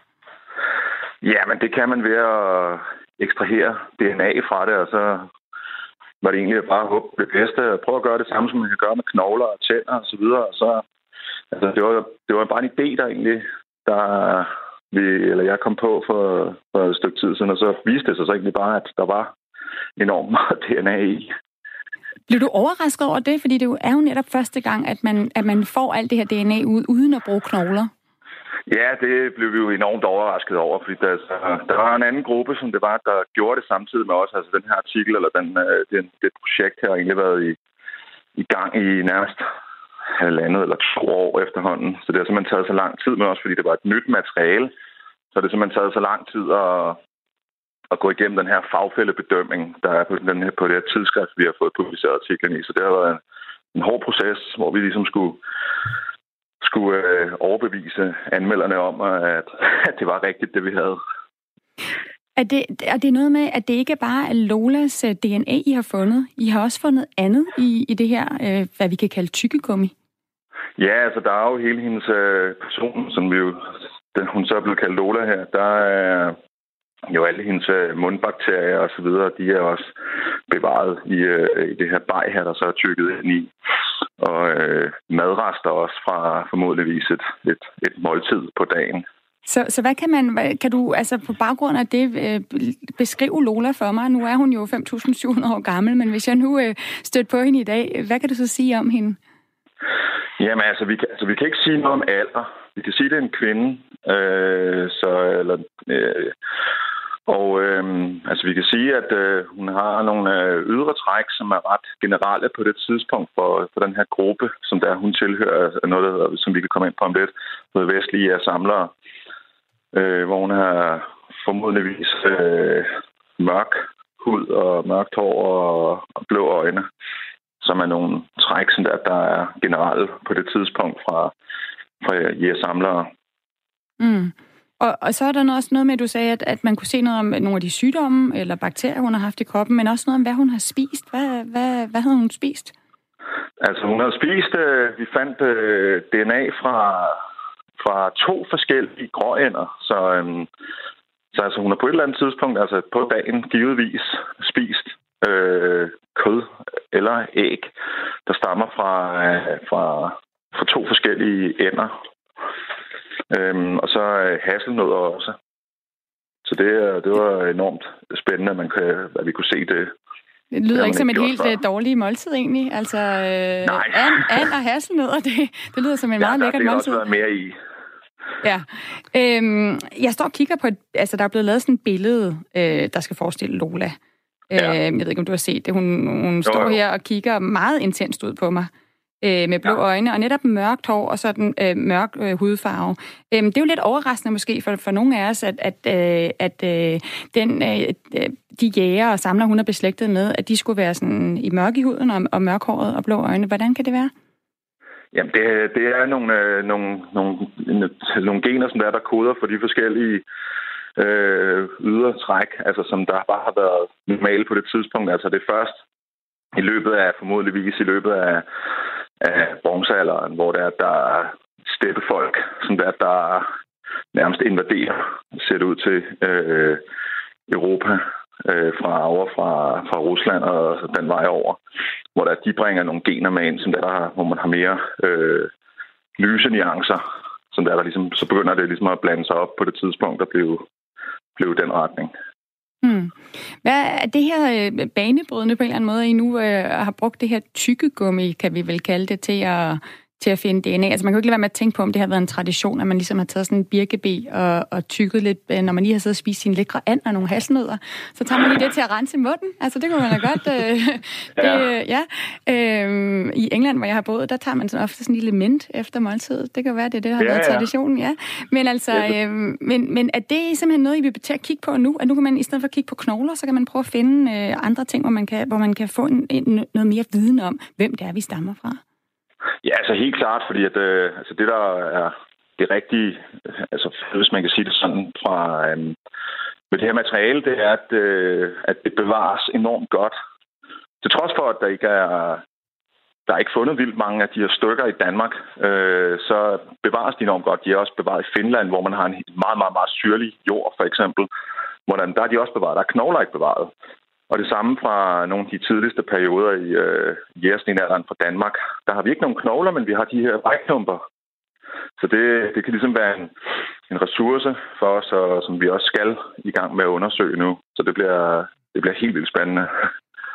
Ja, men det kan man ved at ekstrahere D N A fra det, og så var det egentlig bare at håbe det bedste. Prøve at gøre det samme, som man kan gøre med knogler og tænder og så videre. Og så, altså, det, var, det var bare en idé, der egentlig, der vi, eller jeg kom på for, for et stykke tid siden, og så viste det sig så egentlig bare, at der var enormt meget D N A i. Blev du overrasket over det? Fordi det er jo netop første gang, at man, at man får alt det her D N A ud, uden at bruge knogler. Ja, det blev vi jo enormt overrasket over, fordi der, der var en anden gruppe, som det var, der gjorde det samtidig med os. Altså den her artikel, eller den, den, det projekt her har egentlig været i, i gang i nærmest halvandet eller to år efterhånden. Så det har simpelthen taget så lang tid med os, fordi det var et nyt materiale. Så det har simpelthen taget så lang tid at, at gå igennem den her fagfællebedømning, der er på, den her, på det her tidsskrift, vi har fået publiceret artiklen i. Så det har været en, en hård proces, hvor vi ligesom skulle... skulle øh, overbevise anmelderne om, at, at det var rigtigt, det vi havde. Er det, er det noget med, at det ikke bare er Lolas D N A, I har fundet? I har også fundet andet i, i det her, øh, hvad vi kan kalde tyggegummi? Ja, altså der er jo hele hendes øh, person, som vi jo, den, hun så er blevet kaldt Lola her, der er jo alle hendes øh, mundbakterier og så videre, de er også bevaret i, øh, i det her bag her, der så er tykket ind i. Og øh, madrester også fra formodentligvis et, et, et måltid på dagen. Så, så hvad kan man, kan du altså på baggrund af det øh, beskrive Lola for mig? Nu er hun jo fem tusind syv hundrede år gammel, men hvis jeg nu øh, stødte på hende i dag, hvad kan du så sige om hende? Jamen altså vi, kan, altså, vi kan ikke sige noget om alder. Vi kan sige, at det er en kvinde. Øh, så, eller, øh, og øh, altså vi kan sige, at øh, hun har nogle øh, ydre træk, som er ret generelle på det tidspunkt for, for den her gruppe, som der hun tilhører, noget, der hedder, som vi kan komme ind på om lidt, noget vestlige samlere, øh, hvor hun har formodentligvis øh, mørk hud og mørkt hår og, og blå øjne, som er nogle træk, som der, der er generelle på det tidspunkt fra, fra jægersamlere. Mm. Og, og så er der også noget med, at du sagde, at, at man kunne se noget om nogle af de sygdomme eller bakterier, hun har haft i kroppen, men også noget om, hvad hun har spist. Hvad, hvad, hvad havde hun spist? Altså, hun havde spist... Øh, vi fandt øh, D N A fra, fra to forskellige gråænder. Så, øh, så altså, hun har på et eller andet tidspunkt, altså på dagen, givetvis spist øh, kød eller æg, der stammer fra, øh, fra, fra to forskellige ænder. Øhm, og så hasselnødder også. Så det, det var enormt spændende, at, man kan, at vi kunne se det. Det lyder det ikke som et helt før. dårligt måltid, egentlig. Altså, øh, and, and og hasselnødder, det, det lyder som en ja, meget lækkert måltid. Ja, der har også været mere i. Ja. Øhm, jeg står og kigger på, et, altså der er blevet lavet sådan et billede, øh, der skal forestille Lola. Ja. Øh, jeg ved ikke, om du har set det. Hun, hun står jo, jo. her og kigger meget intenst ud på mig. Med blå ja. øjne, og netop mørkt hår og sådan øh, mørk øh, hudfarve. Øhm, det er jo lidt overraskende måske for, for nogle af os, at, at, øh, at øh, den, øh, de jæger og samler, hun er beslægtet med, at de skulle være sådan i mørk i huden og, og mørkhåret og blå øjne. Hvordan kan det være? Jamen, det, det er nogle, øh, nogle, nogle, nogle gener, som der, der koder for de forskellige øh, ydre træk, altså som der bare har været normale på det tidspunkt. Altså det er først i løbet af, formodentligvis i løbet af af bronzealderen, hvor der er, der er steppefolk, som der, der nærmest invaderer, ser det ud til øh, Europa øh, fra over fra, fra Rusland og den vej over, hvor der, de bringer nogle gener med ind, som der, der hvor man har mere øh, lyse nuancer, som der, der ligesom, så begynder det ligesom at blande sig op på det tidspunkt, der blev, blev den retning. Hmm. Hvad er det her øh, banebrydende på en eller anden måde, at I nu øh, har brugt det her tyggegummi, kan vi vel kalde det, til at, til at finde D N A? Altså man kan jo ikke lade være med at tænke på, om det har været en tradition, at man ligesom har taget sådan en birkebe og, og tygget lidt, øh, når man lige har siddet og spist sine lækre and og nogle hasselnødder, så tager man lige det til at rense i munden. Altså det kunne man da godt. Øh, det, ja. ja. Øh, I England, hvor jeg har boet, der tager man sådan ofte sådan en lille mint efter måltidet. Det kan være, det er det, der har ja, været traditionen, ja. Men altså, øh, men, men er det simpelthen noget, I vil til at kigge på nu? At nu kan man i stedet for at kigge på knogler, så kan man prøve at finde øh, andre ting, hvor man kan, hvor man kan få en, en, noget mere viden om, hvem det er, vi stammer fra. Ja, altså helt klart, fordi at, øh, altså det, der er det rigtige, altså hvis man kan sige det sådan, fra øh, med det her materiale, det er, at, øh, at det bevares enormt godt. Til trods for, at der ikke er, der er ikke fundet vildt mange af de her stykker i Danmark, øh, så bevares de enormt godt. De er også bevaret i Finland, hvor man har en meget, meget, meget syrlig jord, for eksempel. Hvor der, der er de også bevaret. Der er knogler ikke bevaret. Og det samme fra nogle af de tidligste perioder i øh, jægerstenalderen fra Danmark. Der har vi ikke nogen knogler, men vi har de her vejklumper. Så det, det kan ligesom være en, en ressource for os, og, som vi også skal i gang med at undersøge nu. Så det bliver, det bliver helt vildt spændende.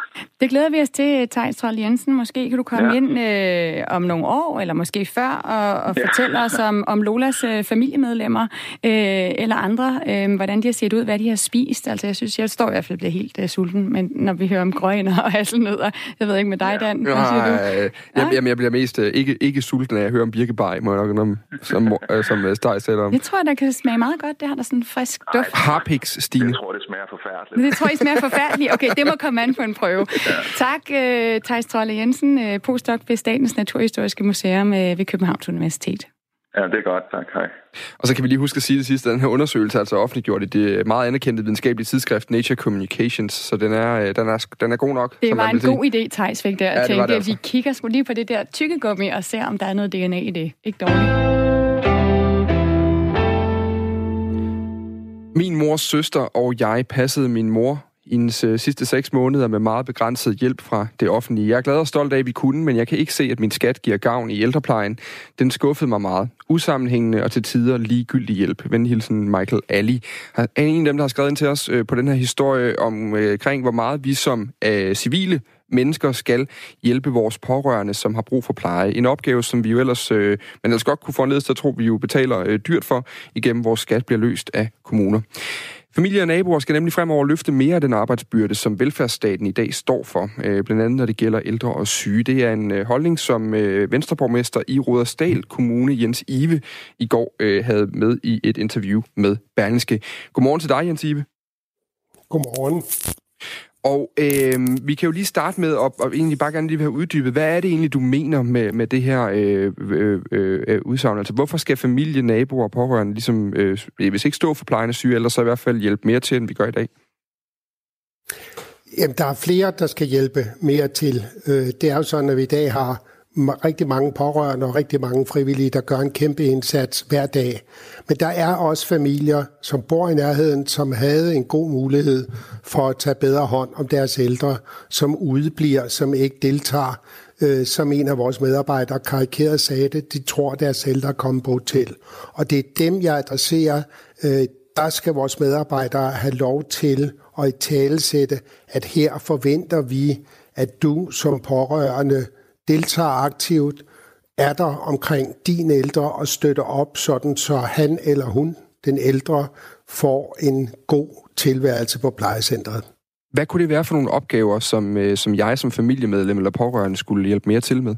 Det glæder vi os til, Theis Trolle Jensen. Måske kan du komme ja. ind øh, om nogle år, eller måske før, og, og ja. fortælle os om, om Lolas øh, familiemedlemmer øh, eller andre, øh, hvordan de har set ud, hvad de har spist. Altså, jeg synes, jeg står i hvert fald bliver helt øh, sulten, men når vi hører om grønner og hasselnødder. Jeg ved ikke med dig, Dan. Hvad siger du? Øh, jeg, jamen, jeg bliver mest øh, ikke, ikke sulten, når jeg hører om birkebaj, må jeg nok om, som, øh, som øh, Theis taler om. Jeg tror, der kan smage meget godt. Det har der sådan en frisk duft. Harpiks, Stine. Jeg tror, det smager forfærdeligt. Det tror jeg smager forfærdeligt. Okay, det må komme an på en prøve. Ja. Tak, uh, Theis Trolle Jensen, uh, postdoc ved Statens Naturhistoriske Museum uh, ved Københavns Universitet. Ja, det er godt. Tak. Hej. Og så kan vi lige huske at sige det sidste, at den her undersøgelse er altså offentliggjort i det meget anerkendte videnskabelige tidsskrift Nature Communications, så den er, den er, den er god nok. Det var en god idé, Theis fik der, at ja, tænke, altså. at vi kigger sgu lige på det der tykkegummi og ser, om der er noget D N A i det. Ikke dårligt. Min mors søster og jeg passede min mor i hendes øh, sidste seks måneder med meget begrænset hjælp fra det offentlige. Jeg er glad og stolt af, at vi kunne, men jeg kan ikke se, at min skat giver gavn i ældreplejen. Den skuffede mig meget. Usammenhængende og til tider ligegyldig hjælp. Venhilsen Michael Ali er en af dem, der har skrevet ind til os øh, på den her historie omkring, øh, hvor meget vi som øh, civile mennesker skal hjælpe vores pårørende, som har brug for pleje. En opgave, som vi jo ellers, øh, men ellers godt kunne få ned, så tror vi jo betaler øh, dyrt for, igennem vores skat bliver løst af kommuner. Familie og naboer skal nemlig fremover løfte mere af den arbejdsbyrde, som velfærdsstaten i dag står for, øh, blandt andet når det gælder ældre og syge. Det er en øh, holdning, som øh, Venstreborgmester i Rudersdal Kommune, Jens Ive, i går øh, havde med i et interview med Berlingske. Godmorgen til dig, Jens Ive. Godmorgen. Og øh, vi kan jo lige starte med at og egentlig bare gerne lige have uddybet, hvad er det egentlig, du mener med, med det her øh, øh, øh, udsagn? Altså, hvorfor skal familie, naboer og pårørende ligesom, øh, hvis ikke stå for plejen af syge, eller så i hvert fald hjælpe mere til, end vi gør i dag? Jamen, der er flere, der skal hjælpe mere til. Det er jo sådan, at vi i dag har rigtig mange pårørende og rigtig mange frivillige, der gør en kæmpe indsats hver dag. Men der er også familier, som bor i nærheden, som havde en god mulighed for at tage bedre hånd om deres ældre, som udebliver, som ikke deltager. Som en af vores medarbejdere karikeret sagde det, de tror, at deres ældre kommer på hotel. Og det er dem, jeg adresserer. Der skal vores medarbejdere have lov til at italesætte, at her forventer vi, at du som pårørende deltager aktivt, er der omkring din ældre og støtter op, sådan så han eller hun, den ældre, får en god tilværelse på plejecentret. Hvad kunne det være for nogle opgaver, som, som jeg som familiemedlem eller pårørende skulle hjælpe mere til med?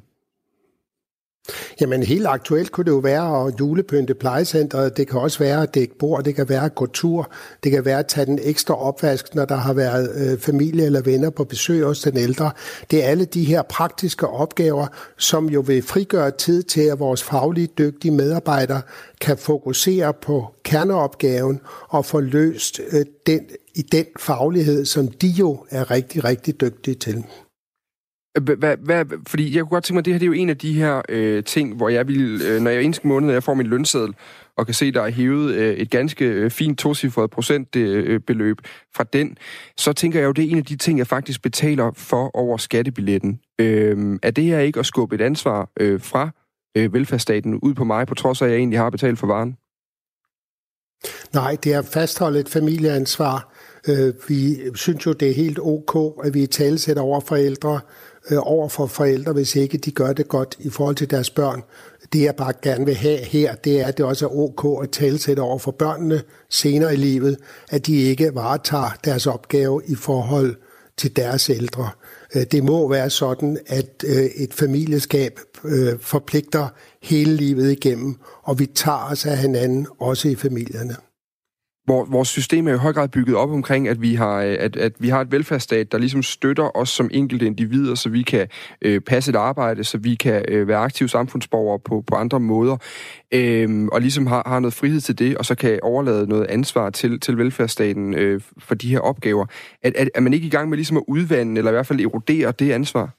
Jamen helt aktuelt kunne det jo være at julepynte plejecentret. Det kan også være at dække bord, det kan være at gå tur, det kan være at tage den ekstra opvask, når der har været øh, familie eller venner på besøg hos den ældre. Det er alle de her praktiske opgaver, som jo vil frigøre tid til, at vores fagligt dygtige medarbejdere kan fokusere på kerneopgaven og få løst øh, den, i den faglighed, som de jo er rigtig, rigtig dygtige til. Hvad, hvad, fordi jeg kunne godt tænke mig, at det her det er jo en af de her øh, ting, hvor jeg vil, øh, når jeg eneste måned, når jeg får min lønseddel, og kan se, der er hævet øh, et ganske øh, fint tocifret procentbeløb øh, fra den, så tænker jeg jo, det er en af de ting, jeg faktisk betaler for over skattebilletten. Øh, er det her ikke at skubbe et ansvar øh, fra øh, velfærdsstaten ud på mig, på trods af, at jeg egentlig har betalt for varen? Nej, det er at fastholde et familieansvar. Vi synes jo, det er helt ok, at vi talesætter over forældre, over for forældre, hvis ikke de gør det godt i forhold til deres børn. Det jeg bare gerne vil have her, det er, at det også er ok at talesætte over for børnene senere i livet, at de ikke varetager deres opgave i forhold til deres ældre. Det må være sådan, at et familieskab forpligter hele livet igennem, og vi tager os af hinanden, også i familierne. Vores system er i høj grad bygget op omkring, at vi har, at, at vi har et velfærdsstat, der ligesom støtter os som enkelte individer, så vi kan øh, passe et arbejde, så vi kan øh, være aktive samfundsborgere på, på andre måder, øh, og ligesom har, har noget frihed til det, og så kan overlade noget ansvar til, til velfærdsstaten øh, for de her opgaver. Er, er, er man ikke i gang med ligesom at udvande, eller i hvert fald erodere det ansvar?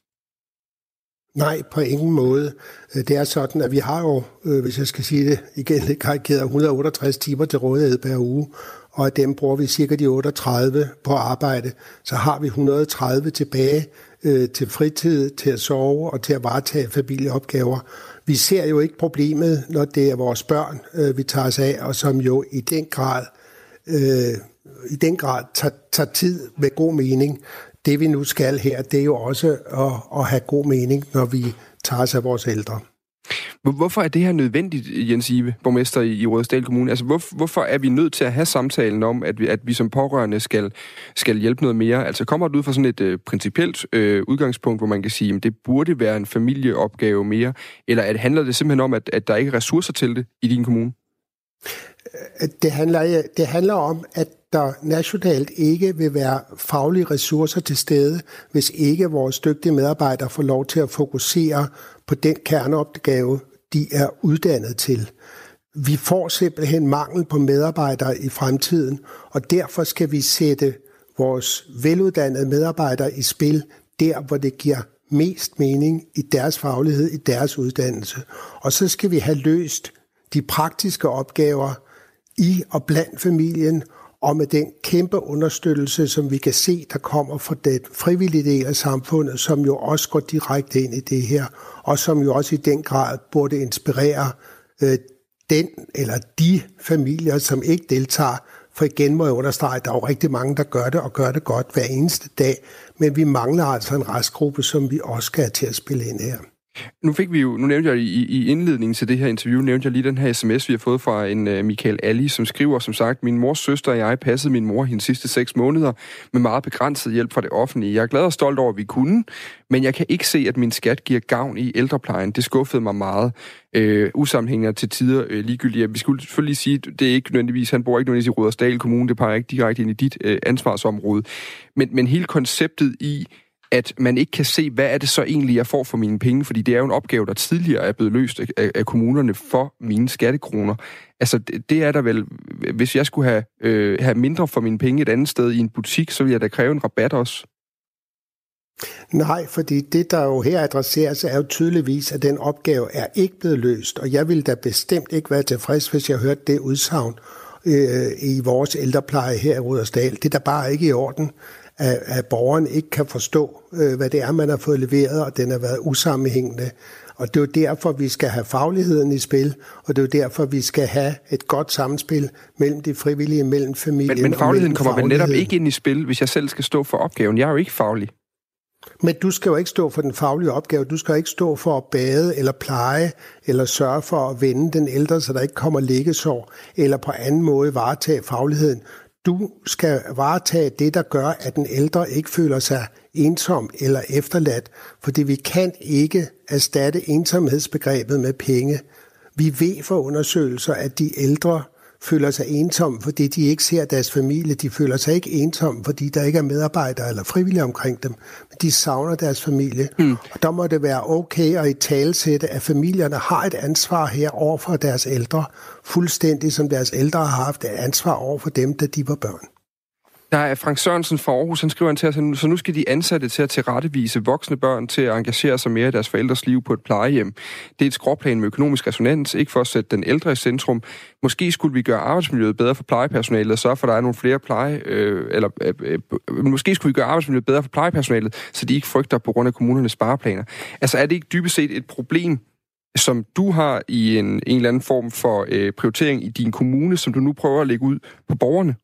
Nej, på ingen måde. Det er sådan, at vi har jo, hvis jeg skal sige det igen, lidt karikeret, et hundrede og otteogtres timer til rådighed per uge, og af dem bruger vi cirka de otteogtredive på arbejde. Så har vi et hundrede og tredive tilbage øh, til fritid, til at sove og til at varetage familieopgaver. Vi ser jo ikke problemet, når det er vores børn, øh, vi tager os af, og som jo i den grad, øh, i den grad tager, tager tid med god mening. det vi nu skal her, det er jo også at, at have god mening, når vi tager os af vores ældre. Hvorfor er det her nødvendigt, Jens Ive, borgmester i Rudersdal Kommune? Altså, hvor, hvorfor er vi nødt til at have samtalen om, at vi, at vi som pårørende skal, skal hjælpe noget mere? Altså, kommer det ud fra sådan et øh, principielt øh, udgangspunkt, hvor man kan sige, at det burde være en familieopgave mere? Eller at, handler det simpelthen om, at, at der ikke er ressourcer til det i din kommune? Det handler, det handler om, at der nationalt ikke vil være faglige ressourcer til stede, hvis ikke vores dygtige medarbejdere får lov til at fokusere på den kerneopgave, de er uddannet til. Vi får simpelthen mangel på medarbejdere i fremtiden, og derfor skal vi sætte vores veluddannede medarbejdere i spil der, hvor det giver mest mening i deres faglighed, i deres uddannelse. Og så skal vi have løst de praktiske opgaver i og blandt familien, og med den kæmpe understøttelse, som vi kan se, der kommer fra den frivillige del af samfundet, som jo også går direkte ind i det her, og som jo også i den grad burde inspirere øh, den eller de familier, som ikke deltager. For igen må jeg understrege, at der er jo rigtig mange, der gør det, og gør det godt hver eneste dag, men vi mangler altså en restgruppe, som vi også skal have til at spille ind her. Nu fik vi jo, nu nævnte jeg i, i indledningen til det her interview, nævnte jeg lige den her sms, vi har fået fra en uh, Michael Ali, som skriver som sagt, min mors søster og jeg passede min mor hendes sidste seks måneder med meget begrænset hjælp fra det offentlige. Jeg er glad og stolt over, at vi kunne, men jeg kan ikke se, at min skat giver gavn i ældreplejen. Det skuffede mig meget. Øh, usammenhængende til tider øh, ligegyldigt. Vi skulle selvfølgelig sige, det er ikke nødvendigvis, han bor ikke nødvendigvis i Rudersdal Kommune, det peger ikke direkte ind i dit øh, ansvarsområde. Men, men hele konceptet i, at man ikke kan se, hvad er det så egentlig, jeg får for mine penge, fordi det er jo en opgave, der tidligere er blevet løst af, af kommunerne for mine skattekroner. Altså, det, det er der vel, hvis jeg skulle have, øh, have mindre for mine penge et andet sted i en butik, så ville jeg da kræve en rabat også. Nej, fordi det, der jo her adresseres, er jo tydeligvis, at den opgave er ikke blevet løst, og jeg ville da bestemt ikke være tilfreds, hvis jeg hørte det udsagn øh, i vores ældrepleje her i Rudersdal. Det er da bare ikke i orden, at, at borgeren ikke kan forstå, øh, hvad det er, man har fået leveret, og den har været usammenhængende. Og det er jo derfor, vi skal have fagligheden i spil, og det er jo derfor, vi skal have et godt samspil mellem de frivillige, mellem familien men, men fagligheden og kommer fagligheden. vel netop ikke ind i spil, hvis jeg selv skal stå for opgaven. Jeg er jo ikke faglig. Men du skal jo ikke stå for den faglige opgave. Du skal ikke stå for at bade eller pleje, eller sørge for at vende den ældre, så der ikke kommer liggesår, eller på anden måde varetage fagligheden. Du skal varetage det, der gør, at den ældre ikke føler sig ensom eller efterladt, fordi vi kan ikke erstatte ensomhedsbegrebet med penge. Vi ved fra undersøgelser, at de ældre føler sig ensomme, fordi de ikke ser deres familie. De føler sig ikke ensomme, fordi der ikke er medarbejdere eller frivillige omkring dem. Men de savner deres familie. Mm. Og der må det være okay at italesætte, at familierne har et ansvar her over for deres ældre, fuldstændig som deres ældre har haft et ansvar over for dem, da de var børn. Der er Frank Sørensen fra Aarhus, han skriver til os, så nu skal de ansatte til at tilrettevise voksne børn til at engagere sig mere i deres forældres liv på et plejehjem. Det er et skråplan med økonomisk resonans, ikke for at sætte den ældre i centrum. Måske skulle vi gøre arbejdsmiljøet bedre for plejepersonalet og sørge for, at der er nogle flere pleje... Øh, eller øh, øh, måske skulle vi gøre arbejdsmiljøet bedre for plejepersonalet, så de ikke frygter på grund af kommunernes spareplaner. Altså er det ikke dybest set et problem, som du har i en, en eller anden form for øh, prioritering i din kommune, som du nu prøver at lægge ud på borgerne?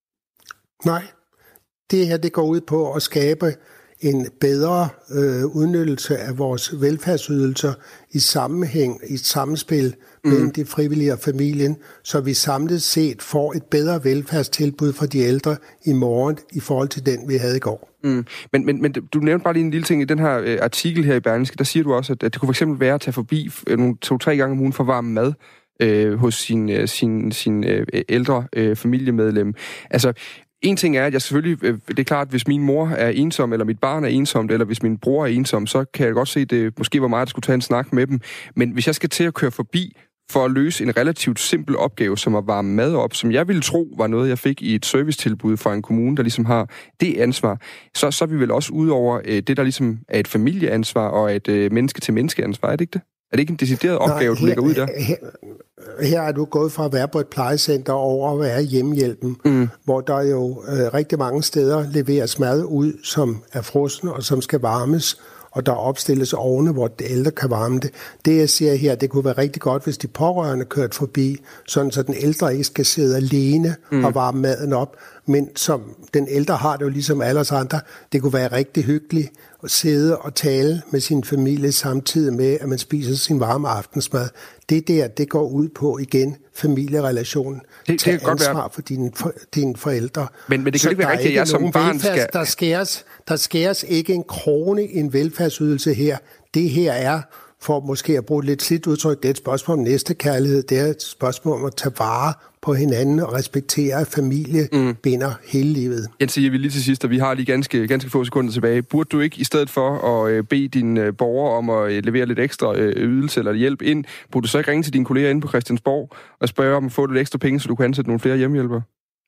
Nej, det her det går ud på at skabe en bedre øh, udnyttelse af vores velfærdsydelser i sammenhæng, i et samspil mm. mellem de frivillige og familien, så vi samlet set får et bedre velfærdstilbud for de ældre i morgen i forhold til den, vi havde i går. Mm. Men, men, men du nævnte bare lige en lille ting i den her øh, artikel her i Berlingske, der siger du også, at, at det kunne fx være at tage forbi øh, nogle to-tre gange om ugen for varm mad øh, hos sin, øh, sin, sin øh, ældre øh, familiemedlem. Altså, en ting er, at jeg selvfølgelig, det er klart, at hvis min mor er ensom, eller mit barn er ensomt, eller hvis min bror er ensom, så kan jeg godt se, at det måske var mig, der skulle tage en snak med dem. Men hvis jeg skal til at køre forbi for at løse en relativt simpel opgave, som at varme mad op, som jeg ville tro var noget, jeg fik i et servicetilbud fra en kommune, der ligesom har det ansvar, så, så er vi vel også ud over det, der ligesom er et familieansvar og et øh, menneske-til-menneske-ansvar, er det ikke det? Er det ikke en decideret opgave, Nej, her, du lægger ud der? Her, her er du gået fra at være på et plejecenter over at være hjemmehjælpen, mm. hvor der jo øh, rigtig mange steder leveres mad ud, som er frossen og som skal varmes. og der opstilles ovne, hvor det ældre kan varme det. Det, jeg siger her, det kunne være rigtig godt, hvis de pårørende kørte forbi, sådan så den ældre ikke skal sidde alene mm. og varme maden op. Men som den ældre har det jo ligesom alle os andre, det kunne være rigtig hyggeligt at sidde og tale med sin familie samtidig med, at man spiser sin varme aftensmad. Det der, det går ud på igen familierelationen. Det, Tag det kan ansvar godt være. for dine, for, dine forældre. Men, men det kan Så ikke være rigtigt, at jeg som barn skal... Der skæres, der skæres ikke en krone i en velfærdsydelse her. Det her er, for måske at bruge et lidt slidt udtryk, det er et spørgsmål om næstekærlighed. Det er et spørgsmål om at tage vare på hinanden og respektere, at familie mm. binder hele livet. Jeg siger vi lige til sidst, og vi har lige ganske, ganske få sekunder tilbage. Burde du ikke i stedet for at bede dine borgere om at levere lidt ekstra ydelse eller hjælp ind, burde du så ikke ringe til dine kolleger inde på Christiansborg og spørge om at få lidt ekstra penge, så du kan ansætte nogle flere hjemmehjælpere?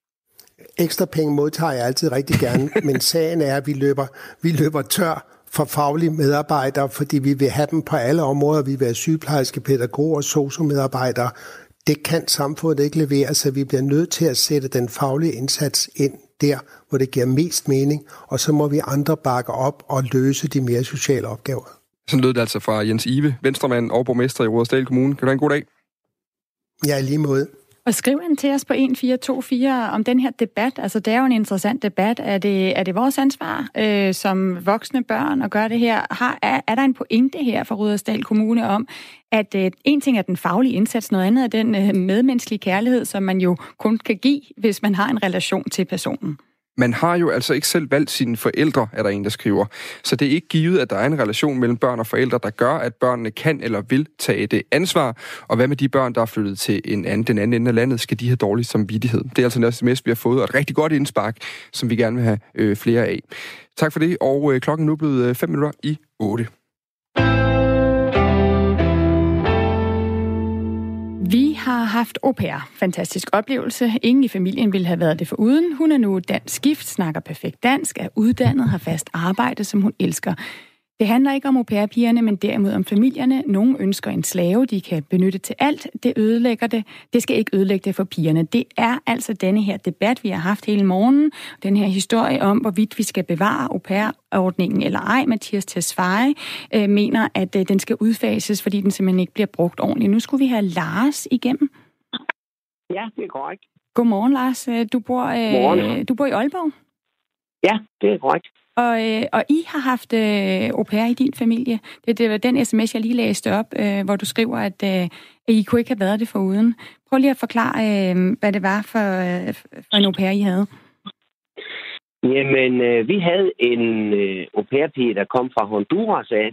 Ekstra penge modtager jeg altid rigtig gerne, men sagen er, at vi løber, vi løber tør for faglige medarbejdere, fordi vi vil have dem på alle områder. Vi vil have sygeplejerske, pædagoger, sosu-medarbejdere. Det kan samfundet ikke levere, så vi bliver nødt til at sætte den faglige indsats ind der, hvor det giver mest mening, og så må vi andre bakke op og løse de mere sociale opgaver. Sådan lød det altså fra Jens Ive, venstremand og borgmester i Rudersdal Kommune. Kan du have en god dag? Ja, i lige måde. Og skriv ind til os på et fire to fire om den her debat. Altså, det er jo en interessant debat. Er det, er det vores ansvar øh, som voksne børn at gøre det her? Har, er, er der en pointe her fra Rudersdal Kommune om, at øh, en ting er den faglige indsats, noget andet er den øh, medmenneskelige kærlighed, som man jo kun kan give, hvis man har en relation til personen? Man har jo altså ikke selv valgt sine forældre, er der en, der skriver. Så det er ikke givet, at der er en relation mellem børn og forældre, der gør, at børnene kan eller vil tage det ansvar. Og hvad med de børn, der er flyttet til en anden, den anden ende af landet, skal de have dårlig samvittighed? Det er altså en sms, vi har fået, og et rigtig godt indspark, som vi gerne vil have øh, flere af. Tak for det, og øh, klokken er nu blevet fem minutter i otte. Vi har haft au pair. Fantastisk oplevelse. Ingen i familien ville have været det foruden. Hun er nu dansk gift, snakker perfekt dansk, er uddannet, har fast arbejde, som hun elsker. Det handler ikke om au pair-pigerne, men derimod om familierne. Nogle ønsker en slave, de kan benytte til alt. Det ødelægger det. Det skal ikke ødelægge det for pigerne. Det er altså denne her debat, vi har haft hele morgenen. Den her historie om, hvorvidt vi skal bevare au pair-ordningen eller ej. Mathias Tesfaye øh, mener, at øh, den skal udfases, fordi den simpelthen ikke bliver brugt ordentligt. Nu skulle vi have Lars igennem. Ja, det er korrekt. Godmorgen, Lars. Du bor, øh, du bor i Aalborg? Ja, det er korrekt. Og, øh, og I har haft øh, au pair i din familie. Det, det var den sms, jeg lige læste op, øh, hvor du skriver, at, øh, at I kunne ikke have været det foruden. Prøv lige at forklare, øh, hvad det var for, øh, for en au pair, I havde. Jamen, øh, vi havde en øh, au pair-pige, der kom fra Honduras af.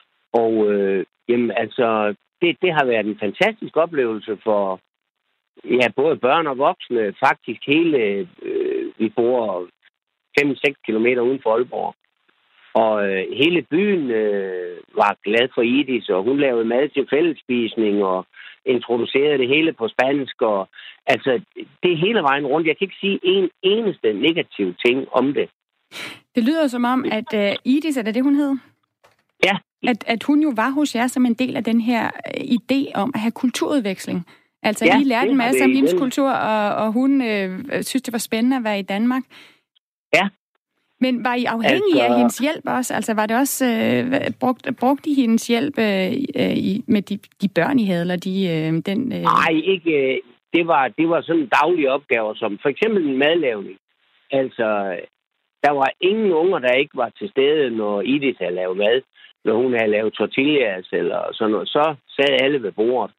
Og øh, jamen, altså, det, det har været en fantastisk oplevelse for ja, både børn og voksne. Faktisk hele, øh, vi bor fem til seks kilometer uden for Aalborg. Og øh, hele byen øh, var glad for Idis, og hun lavede mad til fællesspisning og introducerede det hele på spansk. Og, altså, det er hele vejen rundt. Jeg kan ikke sige en eneste negativ ting om det. Det lyder som om, at øh, Idis, er det det, hun hed? Ja. At, at hun jo var hos jer som en del af den her øh, idé om at have kulturudveksling. Altså, ja, I lærte en masse om hendes kultur, og, og hun øh, synes, det var spændende at være i Danmark. Ja. Men var I afhængige altså, af hendes hjælp også? Altså var det også, øh, brugt, brugte I hendes hjælp øh, i, med de, de børn, I havde, eller de, øh, den... Øh... Nej, ikke. Det var, det var sådan daglige opgaver, som for eksempel en madlavning. Altså, der var ingen unger, der ikke var til stede, når Idis havde lavet mad. Når hun havde lavet tortillas eller sådan noget, så sad alle ved bordet.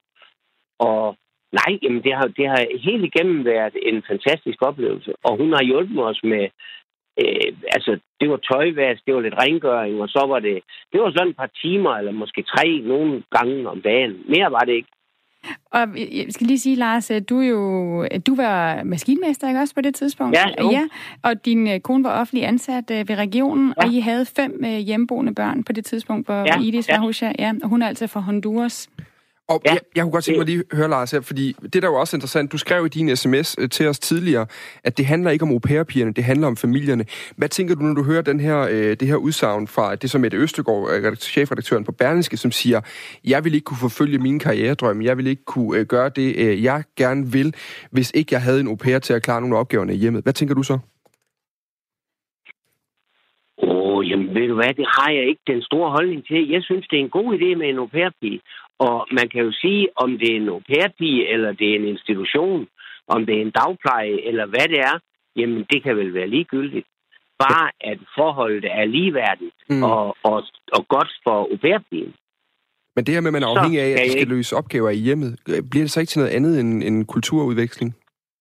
Og nej, jamen det har, det har helt igennem været en fantastisk oplevelse. Og hun har hjulpet os med... Øh, altså, det var tøjvask, det var lidt rengøring, og så var det... Det var sådan et par timer, eller måske tre, nogle gange om dagen. Mere var det ikke. Og jeg skal lige sige, Lars, du jo du var maskinmester, ikke også, på det tidspunkt? Ja, jo. Ja, og din kone var offentlig ansat ved regionen, ja. Og I havde fem hjemmeboende børn på det tidspunkt, hvor ja, Idis var ja. hos jer. Ja, og hun er altså fra Honduras. Og ja. jeg, jeg kunne godt tænke mig lige høre, Lars, her, fordi det der er jo også interessant, du skrev i din sms til os tidligere, at det handler ikke om au pair-pigerne, det handler om familierne. Hvad tænker du, når du hører den her, øh, det her udsagn fra det, som Mette Østergaard, chefredaktøren på Berlingske, som siger, jeg vil ikke kunne forfølge mine karrieredrømme, jeg vil ikke kunne øh, gøre det, øh, jeg gerne vil, hvis ikke jeg havde en au pair til at klare nogle af opgaverne i hjemmet. Hvad tænker du så? Åh, Åh, jamen ved du hvad, det har jeg ikke den store holdning til. Jeg synes, det er en god idé med en au pair-pige. Og man kan jo sige, om det er en au pair-pige, eller det er en institution, om det er en dagpleje, eller hvad det er, jamen det kan vel være ligegyldigt. Bare at forholdet er ligeværdigt mm. og, og, og godt for au pair-pigen. Men det her med, at man er afhængig af, at de skal ikke løse opgaver i hjemmet, bliver det så ikke til noget andet end, end kulturudveksling?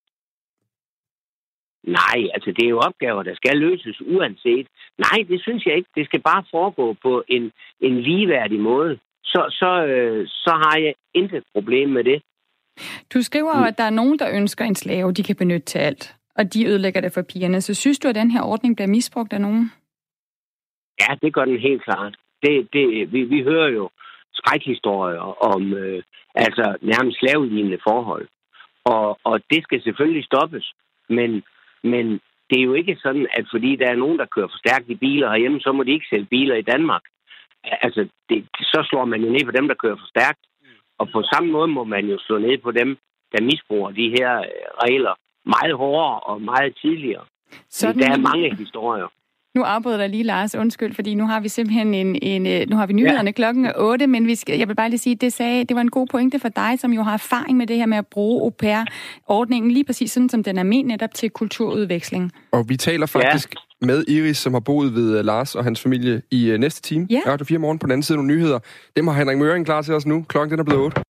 Nej, altså det er jo opgaver, der skal løses uanset. Nej, det synes jeg ikke. Det skal bare foregå på en, en ligeværdig måde. Så, så, øh, så har jeg intet problem med det. Du skriver jo, at der er nogen, der ønsker en slave, de kan benytte til alt, og de ødelægger det for pigerne. Så synes du, at den her ordning bliver misbrugt af nogen? Ja, det gør den helt klart. Det, det, vi, vi hører jo skrækhistorier om øh, altså nærmest slavelignende forhold. Og, og det skal selvfølgelig stoppes. Men, men det er jo ikke sådan, at fordi der er nogen, der kører for stærkt i biler herhjemme, så må de ikke sælge biler i Danmark. Altså, det, så slår man jo ned på dem, der kører for stærkt. Og på samme måde må man jo slå ned på dem, der misbruger de her regler meget hårdere og meget tidligere. Sådan. Der er mange historier. Nu afbryder der lige, Lars, undskyld, fordi nu har vi simpelthen en, en nu har vi nyhederne ja. klokken er otte, men vi skal, jeg vil bare lige sige, det sagde, det var en god pointe for dig, som jo har erfaring med det her med at bruge au pair-ordningen, lige præcis sådan, som den er ment netop til kulturudveksling. Og vi taler faktisk ja. med Iris, som har boet ved uh, Lars og hans familie i uh, næste time. Ja. Radio fire morgen på den anden side nogle nyheder. Dem har Henrik Møring klar til os nu. Klokken den er blevet otte.